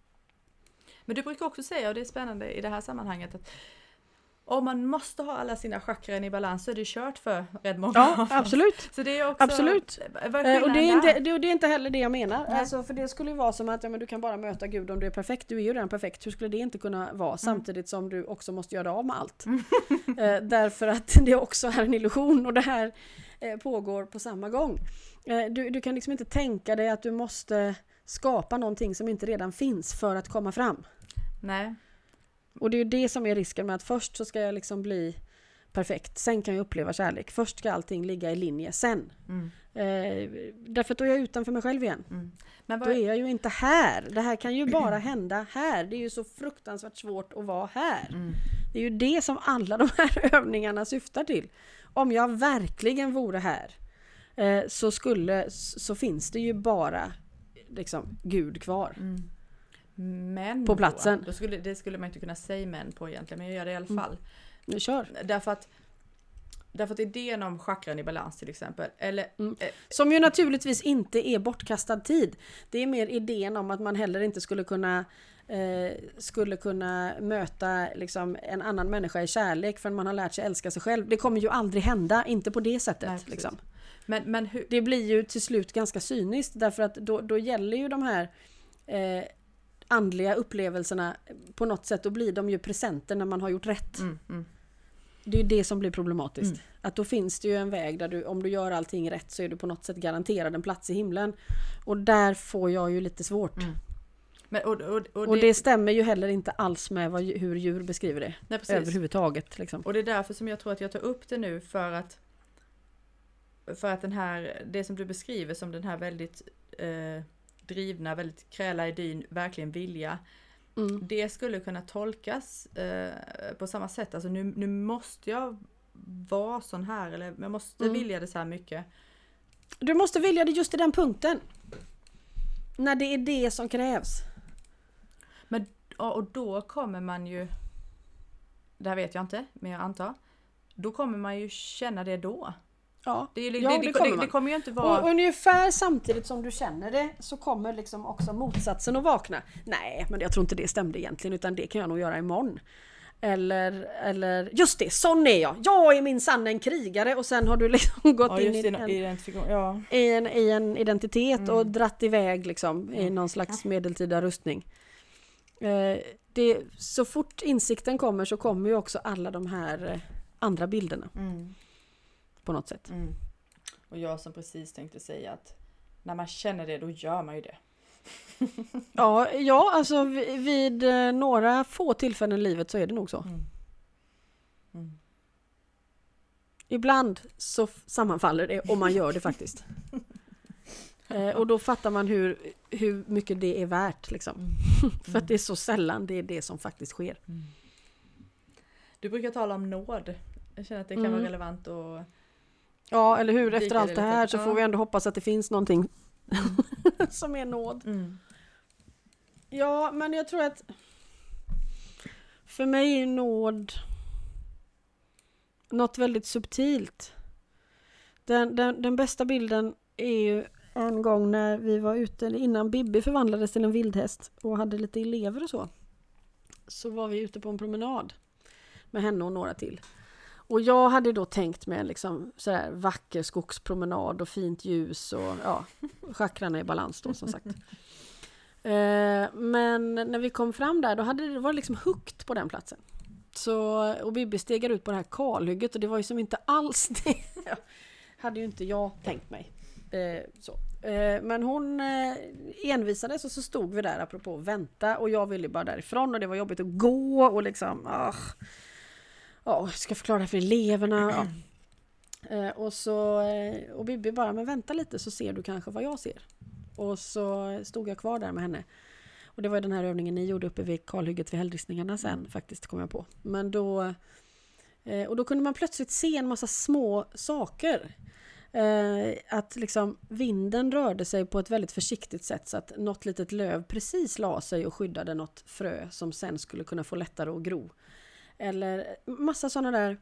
A: Men du brukar också säga, och det är spännande i det här sammanhanget, att om man måste ha alla sina chakran i balans så är det kört för rätt många.
B: Ja, absolut.
A: Så det är också,
B: absolut. Och det är inte heller det jag menar. Alltså, för det skulle ju vara som att men du kan bara möta Gud om du är perfekt. Du är ju redan perfekt. Hur skulle det inte kunna vara? Samtidigt som du också måste göra av med allt. Därför att det också är en illusion och det här pågår på samma gång. Du kan liksom inte tänka dig att du måste skapa någonting som inte redan finns för att komma fram.
A: Nej.
B: Och det är ju det som är risken med att först så ska jag liksom bli perfekt. Sen kan jag uppleva kärlek. Först ska allting ligga i linje. Sen. Därför att då är jag utanför mig själv igen. Men då är jag ju inte här. Det här kan ju bara hända här. Det är ju så fruktansvärt svårt att vara här. Det är ju det som alla de här övningarna syftar till. Om jag verkligen vore här så finns det ju bara liksom Gud kvar.
A: Men
B: på platsen.
A: Det skulle man inte kunna säga men på egentligen, men jag gör det i alla fall.
B: Nu kör.
A: Därför att idén om chakran i balans till exempel.
B: Som ju naturligtvis inte är bortkastad tid. Det är mer idén om att man heller inte skulle kunna möta liksom en annan människa i kärlek förrän man har lärt sig älska sig själv. Det kommer ju aldrig hända, inte på det sättet. Nej, liksom. Men det blir ju till slut ganska cyniskt därför att då gäller ju de här andliga upplevelserna på något sätt, då blir de ju presenter när man har gjort rätt. Det är ju det som blir problematiskt. Att då finns det ju en väg där du, om du gör allting rätt så är du på något sätt garanterad en plats i himlen. Och där får jag ju lite svårt. Men, och det stämmer ju heller inte alls med hur djur beskriver det. Nej, överhuvudtaget. Liksom.
A: Och det är därför som jag tror att jag tar upp det nu för att det som du beskriver som den här väldigt drivna, väldigt kräla i dyn, verkligen vilja. Det skulle kunna tolkas på samma sätt. Alltså nu måste jag vara sån här, eller jag måste vilja det så här mycket.
B: Du måste vilja det just i den punkten. När det är det som krävs.
A: Men, och då kommer man ju, det här vet jag inte, men jag antar, då kommer man ju känna det då.
B: Ja,
A: det kommer ju inte vara...
B: Och ungefär samtidigt som du känner det så kommer liksom också motsatsen att vakna. Nej, men jag tror inte det stämde egentligen, utan det kan jag nog göra imorgon. Eller just det, sån är jag. Jag är minsann en krigare, och sen har du liksom gått in i en identitet och dratt iväg liksom i någon slags medeltida rustning. Så fort insikten kommer så kommer ju också alla de här andra bilderna. På något sätt.
A: Och jag som precis tänkte säga att när man känner det, då gör man ju det.
B: Ja, alltså vid några få tillfällen i livet så är det nog så. Ibland så sammanfaller det och man gör det faktiskt. Och då fattar man hur mycket det är värt liksom. För att det är så sällan det är det som faktiskt sker.
A: Du brukar tala om nåd. Jag känner att det kan vara relevant och...
B: Ja, eller hur? Efter allt det här så får vi ändå hoppas att det finns någonting som är nåd. Ja, men jag tror att för mig är nåd något väldigt subtilt. Den bästa bilden är ju en gång när vi var ute, innan Bibi förvandlades till en vildhäst och hade lite elever och så var vi ute på en promenad med henne och några till. Och jag hade då tänkt mig liksom sådär vacker skogspromenad och fint ljus och chakrarna i balans då som sagt. Men när vi kom fram där, då hade det varit liksom högt på den platsen. Och Bibi stegar ut på det här kalhygget, och det var ju som inte alls det hade ju inte jag tänkt mig. Men hon envisades, och så stod vi där apropå att vänta, och jag ville bara därifrån, och det var jobbigt att gå och liksom jag ska förklara det för eleverna. Och Bibi bara, men vänta lite så ser du kanske vad jag ser. Och så stod jag kvar där med henne. Och det var den här övningen ni gjorde uppe vid kalhygget vid hällristningarna sen faktiskt, kom jag på. Men då kunde man plötsligt se en massa små saker. Att liksom vinden rörde sig på ett väldigt försiktigt sätt, så att något litet löv precis la sig och skyddade något frö som sen skulle kunna få lättare att gro. Eller massa sådana där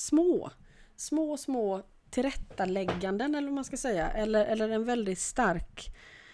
B: små tillrättalägganden, eller vad man ska säga. Eller en väldigt stark,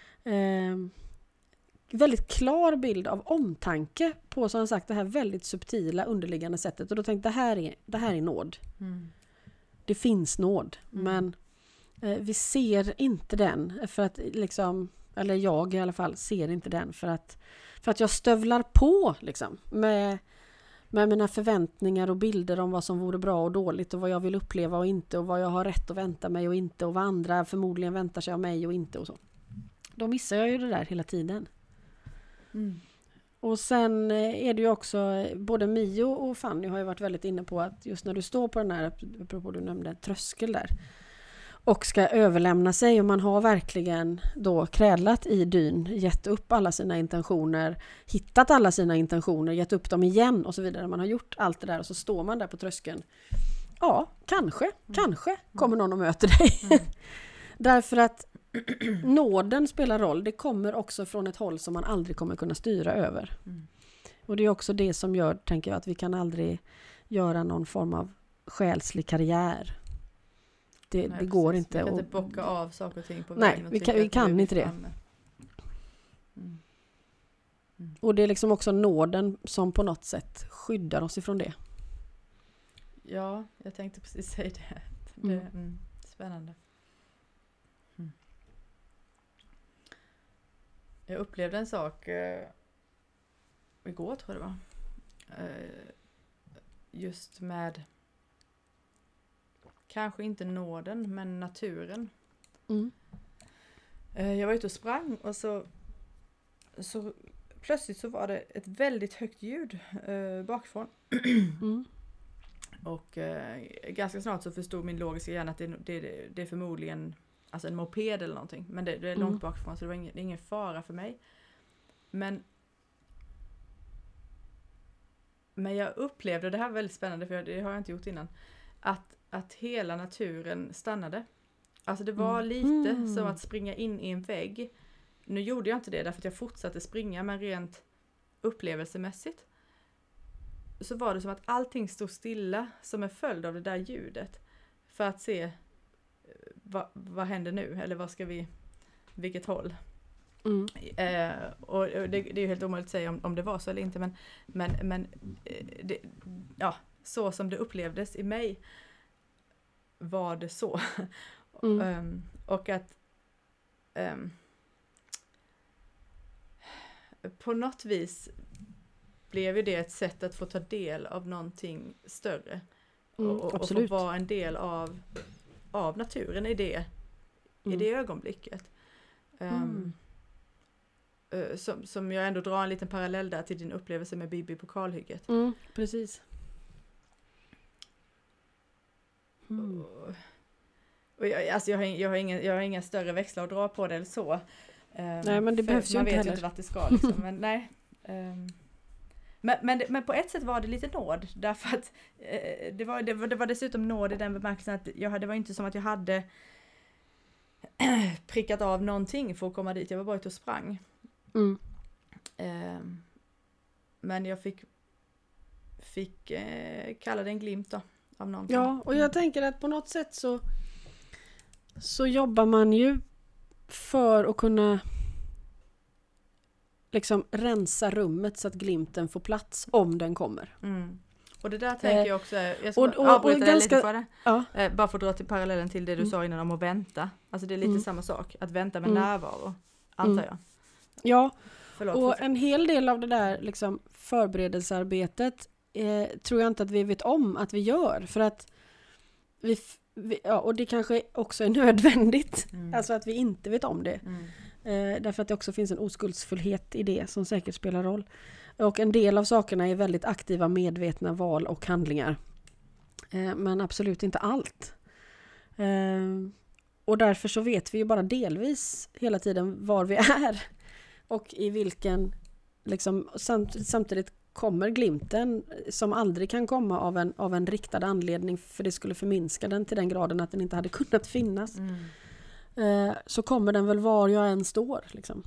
B: väldigt klar bild av omtanke på, som sagt, det här väldigt subtila underliggande sättet. Och då tänkte jag, det här är nåd. Det finns nåd, men vi ser inte den för att liksom, eller jag i alla fall ser inte den för att jag stövlar på liksom med mina förväntningar och bilder om vad som vore bra och dåligt, och vad jag vill uppleva och inte, och vad jag har rätt att vänta mig och inte, och vad andra förmodligen väntar sig av mig och inte, och så. Då missar jag ju det där hela tiden. Och sen är det ju också, både Mio och Fanny har ju varit väldigt inne på att just när du står på den här, apropå du nämnde tröskel där, och ska överlämna sig, och man har verkligen då krälat i dyn, gett upp alla sina intentioner, hittat alla sina intentioner, gett upp dem igen och så vidare. Man har gjort allt det där, och så står man där på tröskeln. Ja, kanske kommer någon och möter dig. Därför att nåden spelar roll. Det kommer också från ett håll som man aldrig kommer kunna styra över. Och det är också det som gör, tänker jag, att vi kan aldrig göra någon form av själslig karriär. Det går inte.
A: Vi kan inte bocka av saker och ting på
B: vägen. Nej, vi kan inte det. Och det är liksom också nåden som på något sätt skyddar oss ifrån det.
A: Ja, jag tänkte precis säga det. Spännande. Jag upplevde en sak igår, tror jag det var. Just med kanske inte nåden, men naturen. Jag var ute och sprang, och så plötsligt så var det ett väldigt högt ljud bakifrån. Och ganska snart så förstod min logiska hjärna att det är förmodligen alltså en moped eller någonting. Men det är långt bakifrån, så det är ingen fara för mig. Men jag upplevde, det här var väldigt spännande, för det har jag inte gjort innan, att hela naturen stannade. Alltså det var lite som att springa in i en vägg. Nu gjorde jag inte det därför att jag fortsatte springa, men rent upplevelsemässigt så var det som att allting stod stilla som en följd av det där ljudet. För att se vad händer nu? Eller vilket håll? Och det är ju helt omöjligt att säga om det var så eller inte, men det, så som det upplevdes i mig var det så. Och att på något vis blev ju det ett sätt att få ta del av någonting större. Och få vara en del av naturen i det ögonblicket. Som jag ändå drar en liten parallell där till din upplevelse med Bibi på kalhygget.
B: Precis.
A: Och jag har inga större växlar att dra på det eller så.
B: Nej, men det behövs ju inte heller.
A: Man vet ju inte vart det ska liksom, men nej. Men på ett sätt var det lite nåd, därför att det var dessutom nåd i den bemärkelsen att det var inte som att jag hade prickat av någonting för att komma dit. Jag var bara ute och sprang. Men jag fick kalla det en glimt då, av någonting.
B: Ja, och jag tänker att på något sätt så jobbar man ju för att kunna liksom rensa rummet så att glimten får plats om den kommer.
A: Och det där tänker jag också, jag ska avbryta det lite för det. Ja. Bara för att dra till parallellen till det du sa innan om att vänta. Alltså det är lite samma sak, att vänta med närvaro, antar jag.
B: Ja, och en hel del av det där liksom förberedelsearbetet tror jag inte att vi vet om att vi gör. För att och det kanske också är nödvändigt. Alltså att vi inte vet om det. Därför att det också finns en oskuldsfullhet i det som säkert spelar roll. Och en del av sakerna är väldigt aktiva, medvetna val och handlingar. Men absolut inte allt. Och därför så vet vi ju bara delvis hela tiden var vi är. Och i vilken, liksom, samtidigt kommer glimten som aldrig kan komma av en riktad anledning, för det skulle förminska den till den graden att den inte hade kunnat finnas. Så kommer den väl var jag än står liksom.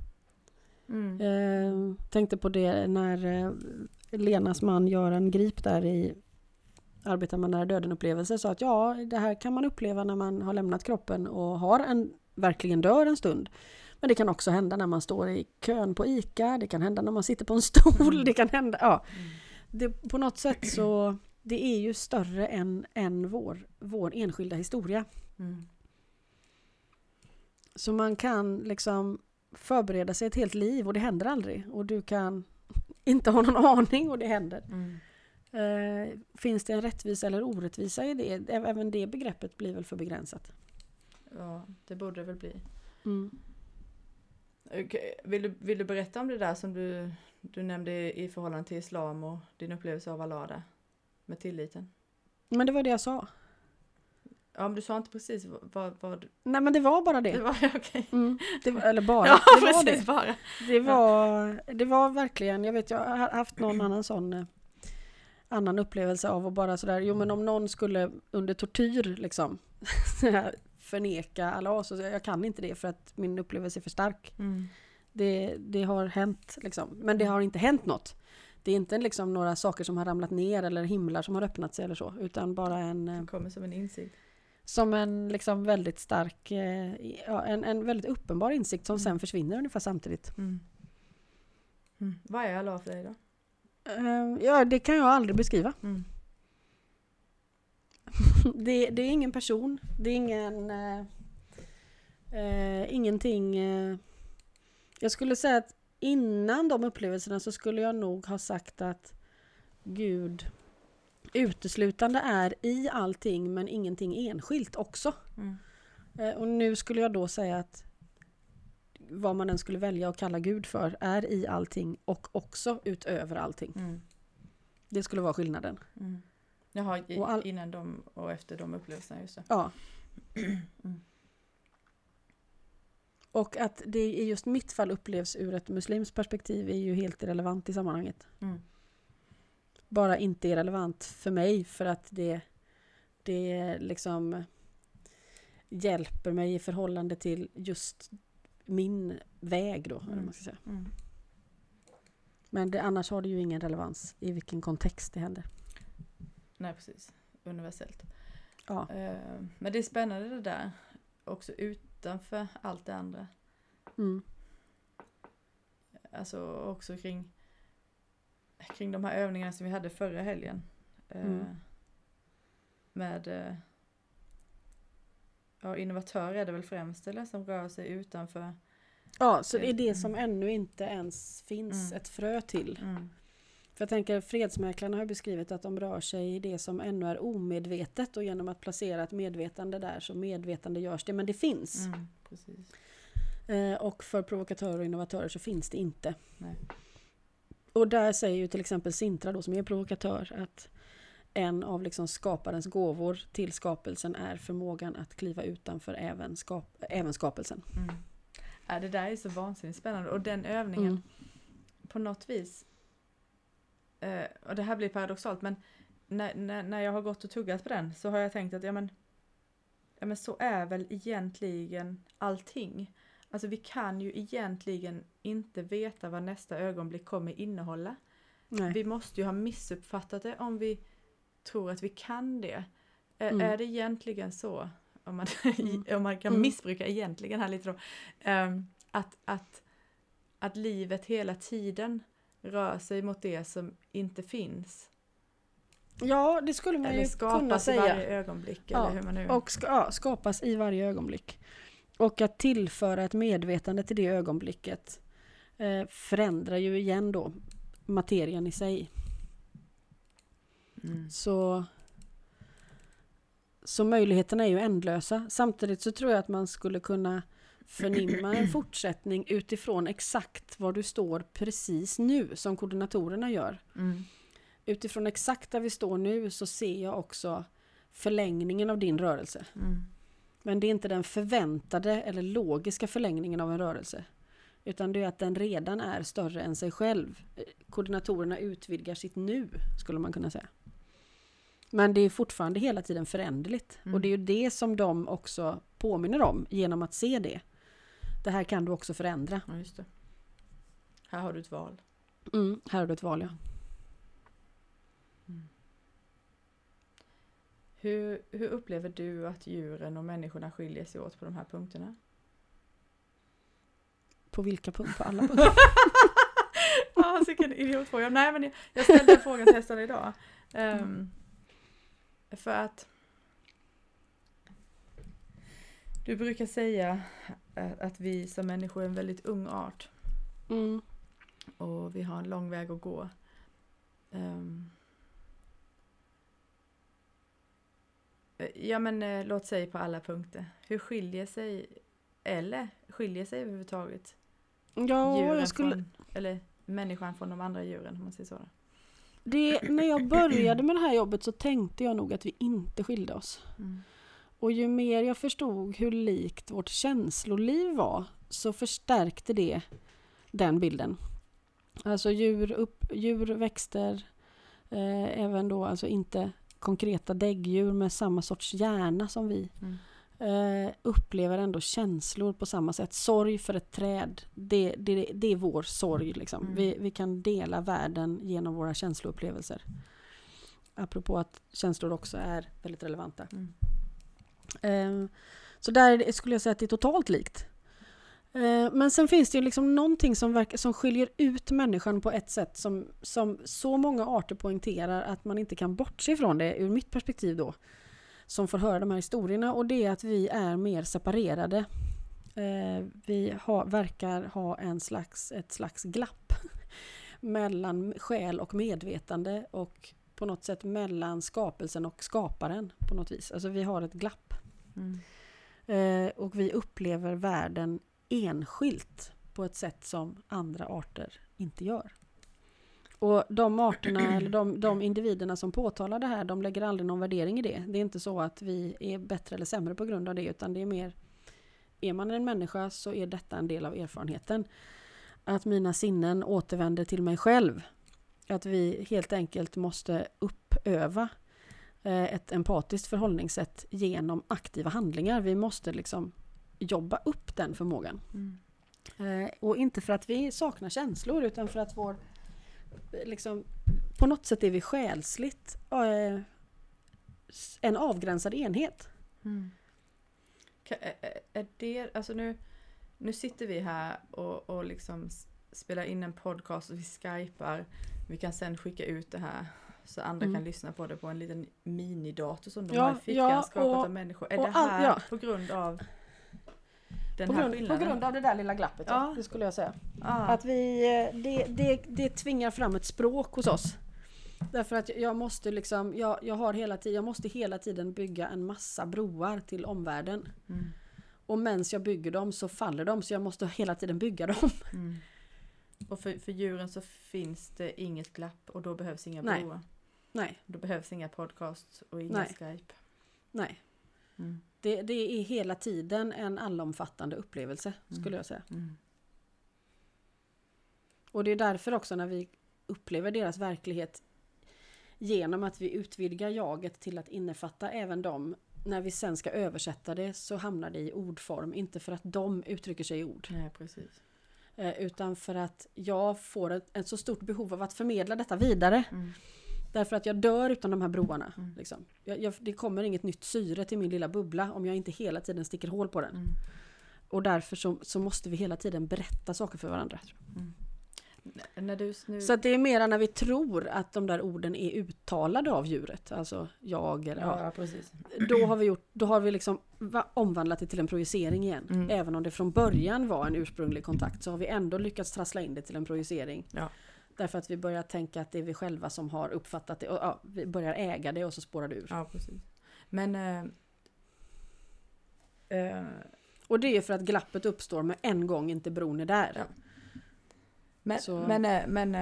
B: Tänkte på det när Lenas man gör en grip där i Arbetar man nära döden-upplevelse, så att det här kan man uppleva när man har lämnat kroppen och verkligen dör en stund. Men det kan också hända när man står i kön på ICA, det kan hända när man sitter på en stol, det kan hända, det, på något sätt så det är ju större än vår enskilda historia. Så man kan liksom förbereda sig ett helt liv och det händer aldrig. Och du kan inte ha någon aning och det händer. Finns det en rättvisa eller orättvisa i det? Även det begreppet blir väl för begränsat.
A: Ja, det borde det väl bli. Okay. Vill du berätta om det där som du nämnde i förhållande till islam och din upplevelse av Allah där, med tilliten? Men
B: det var det jag sa.
A: Ja, men du sa inte precis vad...
B: Nej, men det var bara det.
A: Det var det, okej.
B: Eller bara.
A: Ja,
B: det var
A: precis,
B: det.
A: bara.
B: Det var verkligen, jag har haft någon annan upplevelse av att bara sådär, men om någon skulle under tortyr liksom förneka Allah, så jag kan inte det för att min upplevelse är för stark. Det har hänt liksom, men det har inte hänt något. Det är inte liksom några saker som har ramlat ner eller himlar som har öppnat sig eller så, utan bara
A: det kommer som en insikt.
B: Som en liksom väldigt stark, en väldigt uppenbar insikt som sen försvinner ungefär samtidigt.
A: Vad är Allah för dig då?
B: Det kan jag aldrig beskriva. Det är ingen person. Det är ingenting. Jag skulle säga att innan de upplevelserna så skulle jag nog ha sagt att Gud uteslutande är i allting men ingenting enskilt också. Och nu skulle jag då säga att vad man än skulle välja att kalla Gud för är i allting och också utöver allting. Det skulle vara skillnaden.
A: Jaha, innan de och efter de upplevelserna, just det.
B: Ja. Och att det i just mitt fall upplevs ur ett muslims perspektiv är ju helt irrelevant i sammanhanget. Bara inte irrelevant för mig, för att det liksom hjälper mig i förhållande till just min väg då, eller man ska säga. Men annars har det ju ingen relevans i vilken kontext det händer.
A: Nej, precis. Universellt.
B: Ja.
A: Men det är spännande det där. Också utanför allt det andra.
B: Mm.
A: Alltså också kring de här övningarna som vi hade förra helgen. Med innovatör är det väl främst, eller? Som rör sig utanför.
B: Ja, så det är det som ännu inte ens finns ett frö till. För jag tänker, fredsmäklarna har beskrivit att de rör sig i det som ännu är omedvetet, och genom att placera ett medvetande där så medvetande görs det, men det finns.
A: Precis.
B: Och för provokatörer och innovatörer så finns det inte.
A: Nej.
B: Och där säger ju till exempel Sintra då, som är provokatör, att en av liksom skaparens gåvor till skapelsen är förmågan att kliva utanför även skapelsen.
A: Det där är så vansinnigt spännande. Och den övningen på något vis, och det här blir paradoxalt, men när jag har gått och tuggat på den så har jag tänkt att ja men så är väl egentligen allting. Alltså vi kan ju egentligen inte veta vad nästa ögonblick kommer innehålla.
B: Nej.
A: Vi måste ju ha missuppfattat det om vi tror att vi kan det. Är det egentligen så, om man kan missbruka egentligen här lite då, att livet hela tiden rör sig mot det som inte finns?
B: Ja, det skulle man
A: eller
B: ju kunna säga.
A: Skapas i varje ögonblick, eller hur man nu...
B: Och skapas i varje ögonblick. Och att tillföra ett medvetande till det ögonblicket förändrar ju igen då materien i sig. Så möjligheterna är ju ändlösa. Samtidigt så tror jag att man skulle kunna förnimma en fortsättning utifrån exakt var du står precis nu, som koordinatorerna gör. Utifrån exakt där vi står nu så ser jag också förlängningen av din rörelse. Men det är inte den förväntade eller logiska förlängningen av en rörelse. Utan det är att den redan är större än sig själv. Koordinatorerna utvidgar sitt nu, skulle man kunna säga. Men det är fortfarande hela tiden föränderligt. Och det är ju det som de också påminner om genom att se det. Det här kan du också förändra.
A: Ja, just det. Här har du ett val.
B: Här har du ett val, ja.
A: Hur upplever du att djuren och människorna skiljer sig åt på de här punkterna?
B: På vilka punkter? På alla punkter?
A: Vilken idiotfråga. Nej, men jag ställde en fråga till hästen idag. För att du brukar säga att vi som människor är en väldigt ung art. Och vi har en lång väg att gå. Ja, men låt säga på alla punkter. Hur skiljer sig överhuvudtaget djuren eller människan från de andra djuren, om man säger så?
B: När jag började med det här jobbet så tänkte jag nog att vi inte skilde oss. Och ju mer jag förstod hur likt vårt känsloliv var, så förstärkte det den bilden. Alltså djur, växter, även då alltså inte konkreta däggdjur med samma sorts hjärna som vi upplever ändå känslor på samma sätt. Sorg för ett träd, det är vår sorg liksom. Vi kan dela världen genom våra känsloupplevelser. Apropå att känslor också är väldigt relevanta. Så där skulle jag säga att det är totalt likt. Men sen finns det ju liksom någonting som skiljer ut människan på ett sätt som så många arter poängterar att man inte kan bortse ifrån det ur mitt perspektiv då, som får höra de här historierna, och det är att vi är mer separerade. Vi verkar ha ett slags glapp mellan själ och medvetande, och på något sätt mellan skapelsen och skaparen på något vis. Alltså vi har ett glapp. Och vi upplever världen enskilt på ett sätt som andra arter inte gör. Och de arterna eller de individerna som påtalar det här, de lägger aldrig någon värdering i det. Det är inte så att vi är bättre eller sämre på grund av det, utan det är mer, är man en människa så är detta en del av erfarenheten. Att mina sinnen återvänder till mig själv. Att vi helt enkelt måste uppöva ett empatiskt förhållningssätt genom aktiva handlingar. Vi måste liksom jobba upp den förmågan. Och inte för att vi saknar känslor, utan för att liksom, på något sätt är vi själsligt en avgränsad enhet.
A: Är det, alltså nu sitter vi här och liksom spelar in en podcast och vi skypar. Vi kan sen skicka ut det här så andra kan lyssna på det på en liten minidator som de har i fickan skapat av människor. Är det här på grund av den här skillnaden?
B: På grund av det där lilla glappet, det skulle jag säga. Att det tvingar fram ett språk hos oss. Därför att jag måste liksom, jag måste hela tiden bygga en massa broar till omvärlden. Och medan jag bygger dem så faller de, så jag måste hela tiden bygga dem.
A: Och för djuren så finns det inget glapp och då behövs inga broar.
B: Nej.
A: Då behövs inga podcasts och inga Skype.
B: Nej. Det är hela tiden en allomfattande upplevelse, skulle jag säga. Och det är därför också när vi upplever deras verklighet genom att vi utvidgar jaget till att innefatta även dem. När vi sen ska översätta det så hamnar det i ordform. Inte för att de uttrycker sig i ord.
A: Nej, precis.
B: Utan för att jag får ett så stort behov av att förmedla detta vidare. Därför att jag dör utan de här broarna. Liksom. Det kommer inget nytt syre till min lilla bubbla om jag inte hela tiden sticker hål på den. Och därför så måste vi hela tiden berätta saker för varandra. Så att det är mera när vi tror att de där orden är uttalade av djuret. Alltså jag eller
A: precis.
B: Då har vi liksom omvandlat det till en projicering igen. Även om det från början var en ursprunglig kontakt så har vi ändå lyckats trassla in det till en projicering. Därför att vi börjar tänka att det är vi själva som har uppfattat det. Och vi börjar äga det och så spårar det ur.
A: Ja, precis. Men
B: och det är för att glappet uppstår med en gång inte bron är där.
A: Ja. Men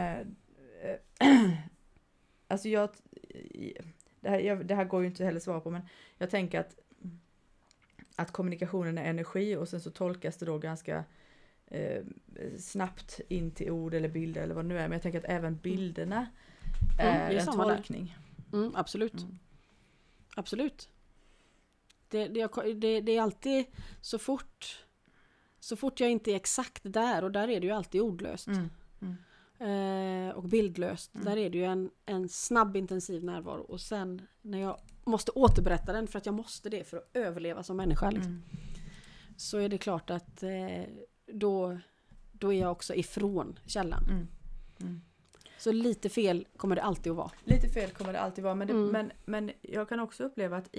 A: alltså det här går ju inte heller svar på, men jag tänker att kommunikationen är energi och sen så tolkas det då ganska snabbt in till ord eller bilder eller vad det nu är, men jag tänker att även bilderna är en tolkning.
B: Absolut. Absolut. Det är alltid så fort jag inte är exakt där, och där är det ju alltid ordlöst. Och bildlöst. Där är det ju en snabb intensiv närvaro. Och sen när jag måste återberätta den för att jag måste det för att överleva som människa. Liksom, så är det klart att då är jag också ifrån källan. Så lite fel kommer det alltid att vara.
A: Lite fel kommer det alltid vara. Men jag kan också uppleva att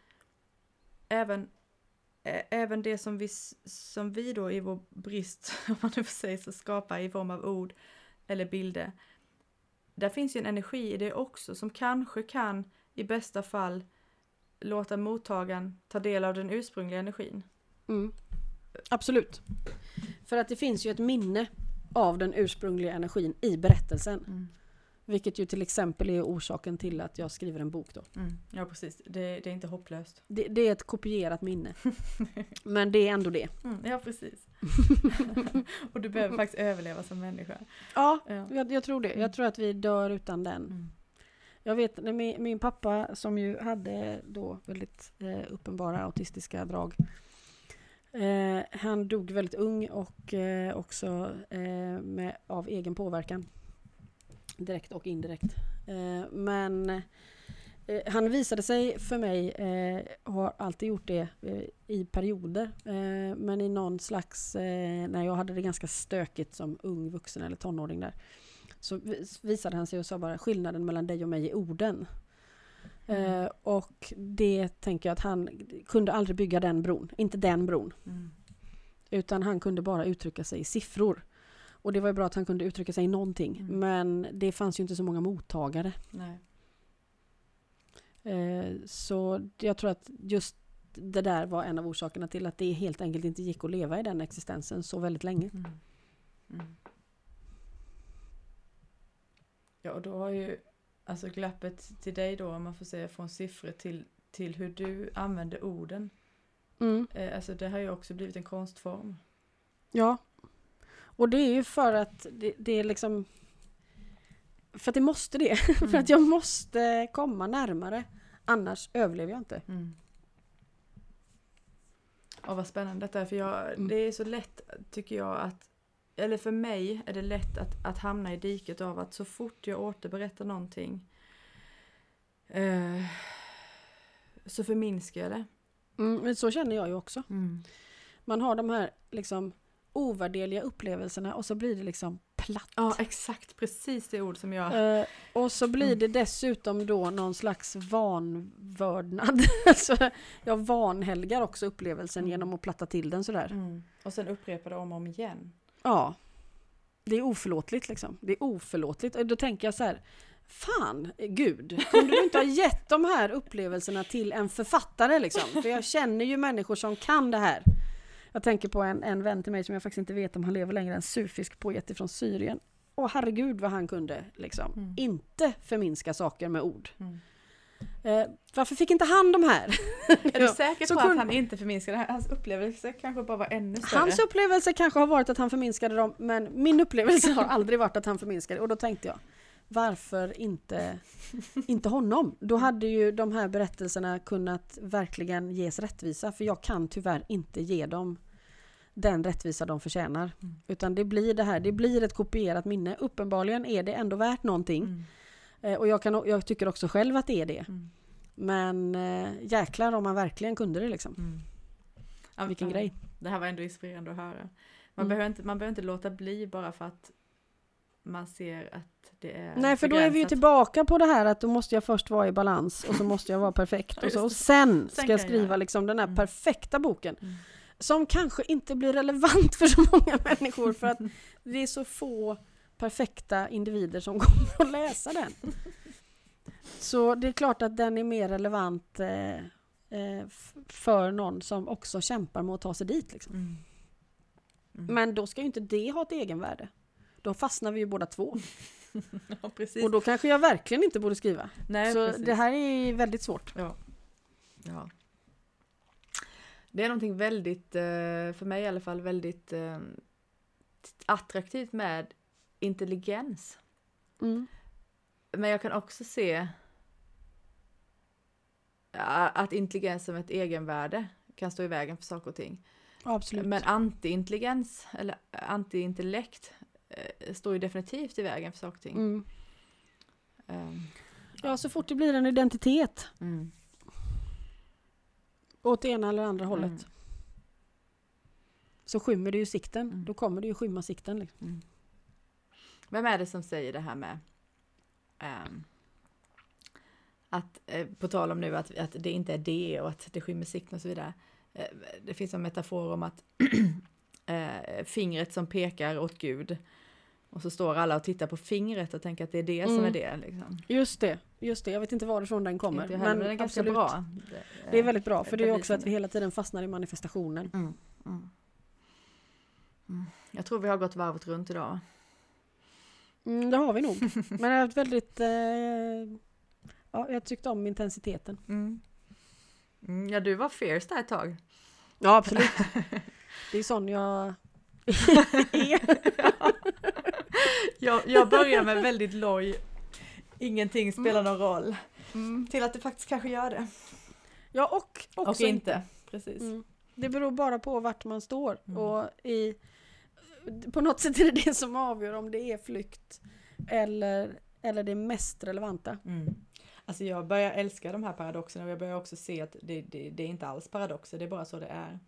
A: även det som vi då i vår brist, om man nu får säga så, skapar i form av ord eller bilder. Där finns ju en energi i det också som kanske kan i bästa fall låta mottagaren ta del av den ursprungliga energin.
B: Absolut. För att det finns ju ett minne av den ursprungliga energin i berättelsen. Vilket ju till exempel är orsaken till att jag skriver en bok då.
A: Ja, precis. Det är inte hopplöst.
B: Det är ett kopierat minne. Men det är ändå det.
A: Ja, precis. Och du behöver faktiskt överleva som människa.
B: Ja. Jag tror det. Jag tror att vi dör utan den. Jag vet, min pappa som ju hade då väldigt uppenbara autistiska drag. Han dog väldigt ung och också av egen påverkan. Direkt och indirekt. Men han visade sig för mig, har alltid gjort det i perioder. Men i någon slags, när jag hade det ganska stökigt som ung vuxen eller tonåring där. Så visade han sig och sa bara skillnaden mellan dig och mig i orden. Och det tänker jag att han kunde aldrig bygga den bron. Inte den bron. Utan han kunde bara uttrycka sig i siffror. Och det var ju bra att han kunde uttrycka sig i någonting. Men det fanns ju inte så många mottagare.
A: Nej.
B: Så jag tror att just det där var en av orsakerna till att det helt enkelt inte gick att leva i den existensen så väldigt länge.
A: Ja, och då har ju alltså glappet till dig då, om man får säga, från siffror till hur du använder orden. Alltså det har ju också blivit en konstform.
B: Ja. Och det är ju för att det är liksom, för att det måste det. För att jag måste komma närmare. Annars överlever jag inte.
A: Och vad spännande detta är. För det är så lätt, tycker jag, att, eller för mig är det lätt att hamna i diket av att så fort jag återberättar någonting så förminskar jag det.
B: Men så känner jag ju också.
A: Mm.
B: Man har de här liksom ovärdeliga upplevelserna och så blir det liksom platt.
A: Ja, exakt. Precis det ord som jag...
B: Och så blir det dessutom då någon slags vanvördnad. Alltså, jag vanhelgar också upplevelsen genom att platta till den sådär.
A: Mm. Och sen upprepar det om och om igen.
B: Ja. Det är oförlåtligt liksom. Det är oförlåtligt. Och då tänker jag så här, fan, Gud, kunde du inte ha gett de här upplevelserna till en författare liksom? För jag känner ju människor som kan det här. Jag tänker på en vän till mig som jag faktiskt inte vet om han lever längre, en sufisk poet från Syrien. Och herregud vad han kunde liksom inte förminska saker med ord. Varför fick inte han de här?
A: Är du säker på att han inte förminskade? Hans upplevelse kanske bara var ännu större.
B: Hans upplevelse kanske har varit att han förminskade dem, men min upplevelse har aldrig varit att han förminskade. Och då tänkte jag, varför inte honom? Då hade ju de här berättelserna kunnat verkligen ges rättvisa. För jag kan tyvärr inte ge dem den rättvisa de förtjänar. Utan det blir det här, det blir ett kopierat minne. Uppenbarligen är det ändå värt någonting. Och jag tycker också själv att det är det. Men jäklar om man verkligen kunde det liksom. Vilken grej.
A: Det här var ändå inspirerande att höra. Man behöver inte låta bli bara för att man ser att det är
B: Nej, för
A: begränsat.
B: då är vi ju tillbaka på det här att då måste jag först vara i balans och så måste jag vara perfekt och sen ska jag skriva liksom den här perfekta boken som kanske inte blir relevant för så många människor för att det är så få perfekta individer som kommer att läsa den. Så det är klart att den är mer relevant för någon som också kämpar med att ta sig dit liksom. Men då ska ju inte det ha ett egenvärde. Då fastnar vi ju båda två.
A: Ja, precis.
B: Och då kanske jag verkligen inte borde skriva.
A: Nej,
B: så
A: precis.
B: Det här är väldigt svårt.
A: Ja. Det är någonting väldigt, för mig i alla fall, väldigt attraktivt med intelligens. Men jag kan också se att intelligens som ett egenvärde kan stå i vägen för saker och ting.
B: Absolut.
A: Men anti-intelligens eller anti-intellekt står ju definitivt i vägen för saker och ting.
B: Ja, så fort det blir en identitet åt det ena eller andra hållet så skymmer det ju sikten. Då kommer det ju skymma sikten. Liksom.
A: Vem är det som säger det här med att på tal om nu att det inte är det och att det skymmer sikten och så vidare. Det finns en metafor om att fingret som pekar åt Gud och så står alla och tittar på fingret och tänker att det är det som är det. Liksom.
B: Just det. Jag vet inte varifrån den kommer.
A: Men det är ganska bra.
B: Det är väldigt bra för det är också att vi hela tiden fastnar i manifestationen.
A: Jag tror vi har gått varvet runt idag.
B: Det har vi nog. Men det har varit väldigt... jag tyckte om intensiteten.
A: Ja, du var fierce där ett tag.
B: Ja, absolut. Det är sån jag är.
A: Jag börjar med väldigt loj. Ingenting spelar någon roll. Till att det faktiskt kanske gör det.
B: Ja,
A: och inte. Precis.
B: Det beror bara på vart man står. Och på något sätt är det som avgör om det är flykt eller det mest relevanta.
A: Alltså jag börjar älska de här paradoxerna och jag börjar också se att det är inte alls paradoxer, det är bara så det är.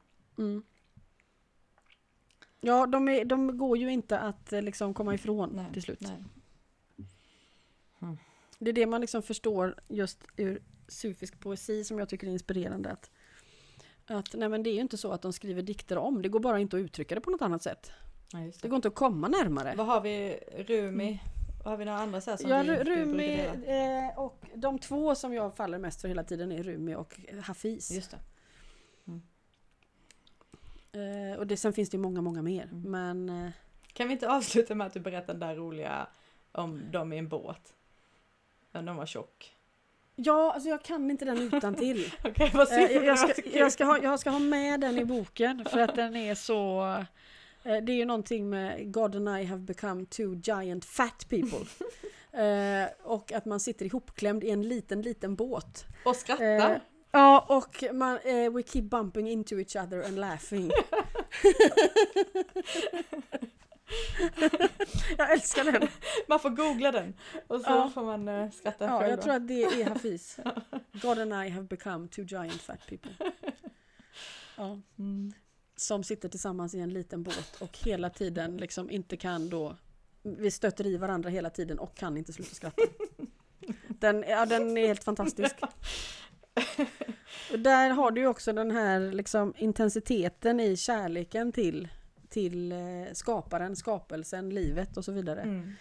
B: Ja, de går ju inte att liksom komma ifrån till slut.
A: Nej.
B: Det är det man liksom förstår just ur sufisk poesi som jag tycker är inspirerande. Att nej, men det är ju inte så att de skriver dikter om, det går bara inte att uttrycka det på något annat sätt.
A: Ja, just det.
B: Det går inte att komma närmare.
A: Vad har vi? Rumi? Har vi några andra så här som
B: Rumi och de två som jag faller mest för hela tiden är Rumi och Hafiz.
A: Just det.
B: Och sen finns det ju många mer. Men
A: kan vi inte avsluta med att du berättar den där roliga om dem i en båt? När de var tjock. Ja,
B: alltså jag kan inte den utan till.
A: Okej, vad
B: jag ska ha med den i boken för att den är så... Det är ju någonting med God and I have become two giant fat people. Och att man sitter ihopklämd i en liten båt.
A: Och skrattar.
B: Ja, och we keep bumping into each other and laughing. Jag älskar den.
A: Man får googla den och så får man skratta själv.
B: Jag tror att det är Hafiz. God and I have become two giant fat people. Ja. Som sitter tillsammans i en liten båt och hela tiden liksom inte kan då... Vi stöter i varandra hela tiden och kan inte sluta skratta. Den är helt fantastisk. Där har du ju också den här liksom intensiteten i kärleken till skaparen, skapelsen, livet och så vidare.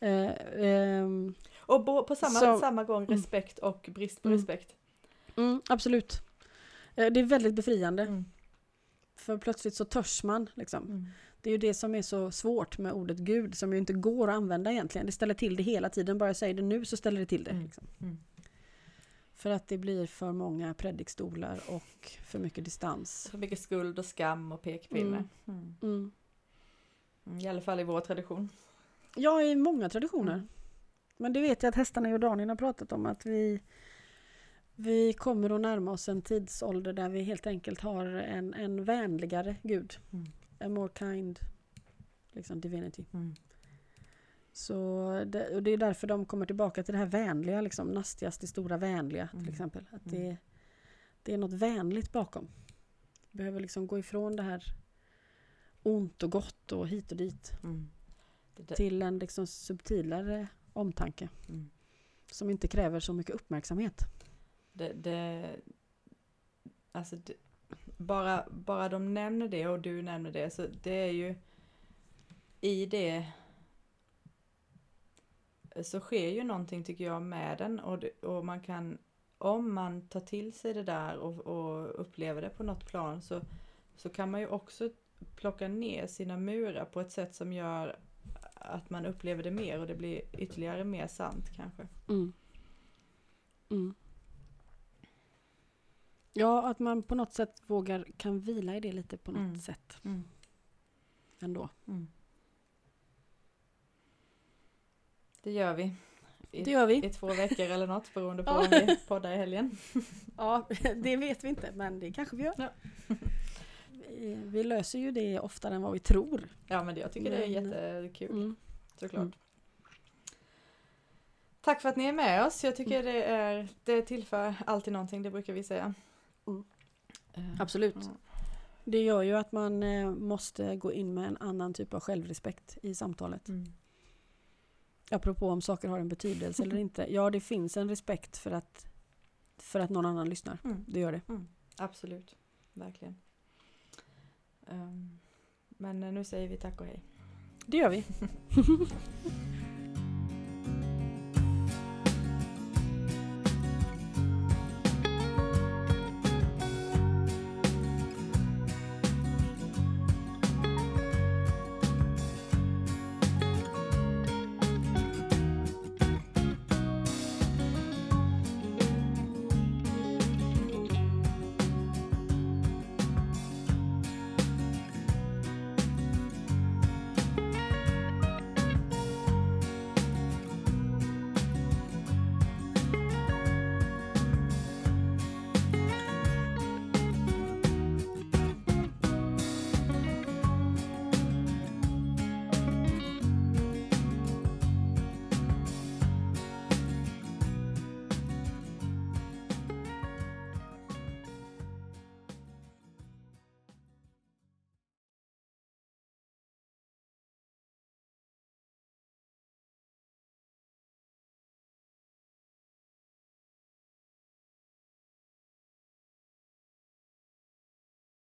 A: Och på samma gång respekt och brist på respekt.
B: Absolut. Det är väldigt befriande. För plötsligt så törs man liksom. Det är ju det som är så svårt med ordet Gud, som ju inte går att använda egentligen. Det ställer till det hela tiden. Bara jag säger det nu så ställer det till det. Liksom. För att det blir för många predikstolar och för mycket distans.
A: För mycket skuld och skam och pekpinne. I alla fall i vår tradition.
B: Ja, i många traditioner. Men det vet jag att hästarna i Jordanien har pratat om, att vi kommer att närma oss en tidsålder där vi helt enkelt har en vänligare Gud. A more kind liksom divinity. Så och det är därför de kommer tillbaka till det här vänliga, liksom Nastias, det stora vänliga till exempel. Att det är något vänligt bakom. Behöver liksom gå ifrån det här ont och gott och hit och dit. Till en liksom subtilare omtanke. Som inte kräver så mycket uppmärksamhet.
A: Bara de nämner det och du nämner det, så det är ju i det så sker ju någonting, tycker jag, med den och man kan, om man tar till sig det där och upplever det på något plan, så kan man ju också plocka ner sina murar på ett sätt som gör att man upplever det mer och det blir ytterligare mer sant kanske.
B: Ja, att man på något sätt kan vila i det lite på något sätt. Ändå.
A: Det gör vi. I 2 veckor eller något, beroende på om vi poddar i helgen.
B: Ja, det vet vi inte, men det kanske vi gör. Ja. Vi löser ju det oftare än vad vi tror.
A: Ja, men jag tycker det är jättekul. Såklart. Tack för att ni är med oss. Jag tycker det tillför alltid någonting, det brukar vi säga.
B: Absolut. Det gör ju att man måste gå in med en annan typ av självrespekt i samtalet. Apropå om saker har en betydelse eller inte. Ja, det finns en respekt för att någon annan lyssnar. Det gör det.
A: Absolut. Verkligen. Men nu säger vi tack och hej.
B: Det gör vi.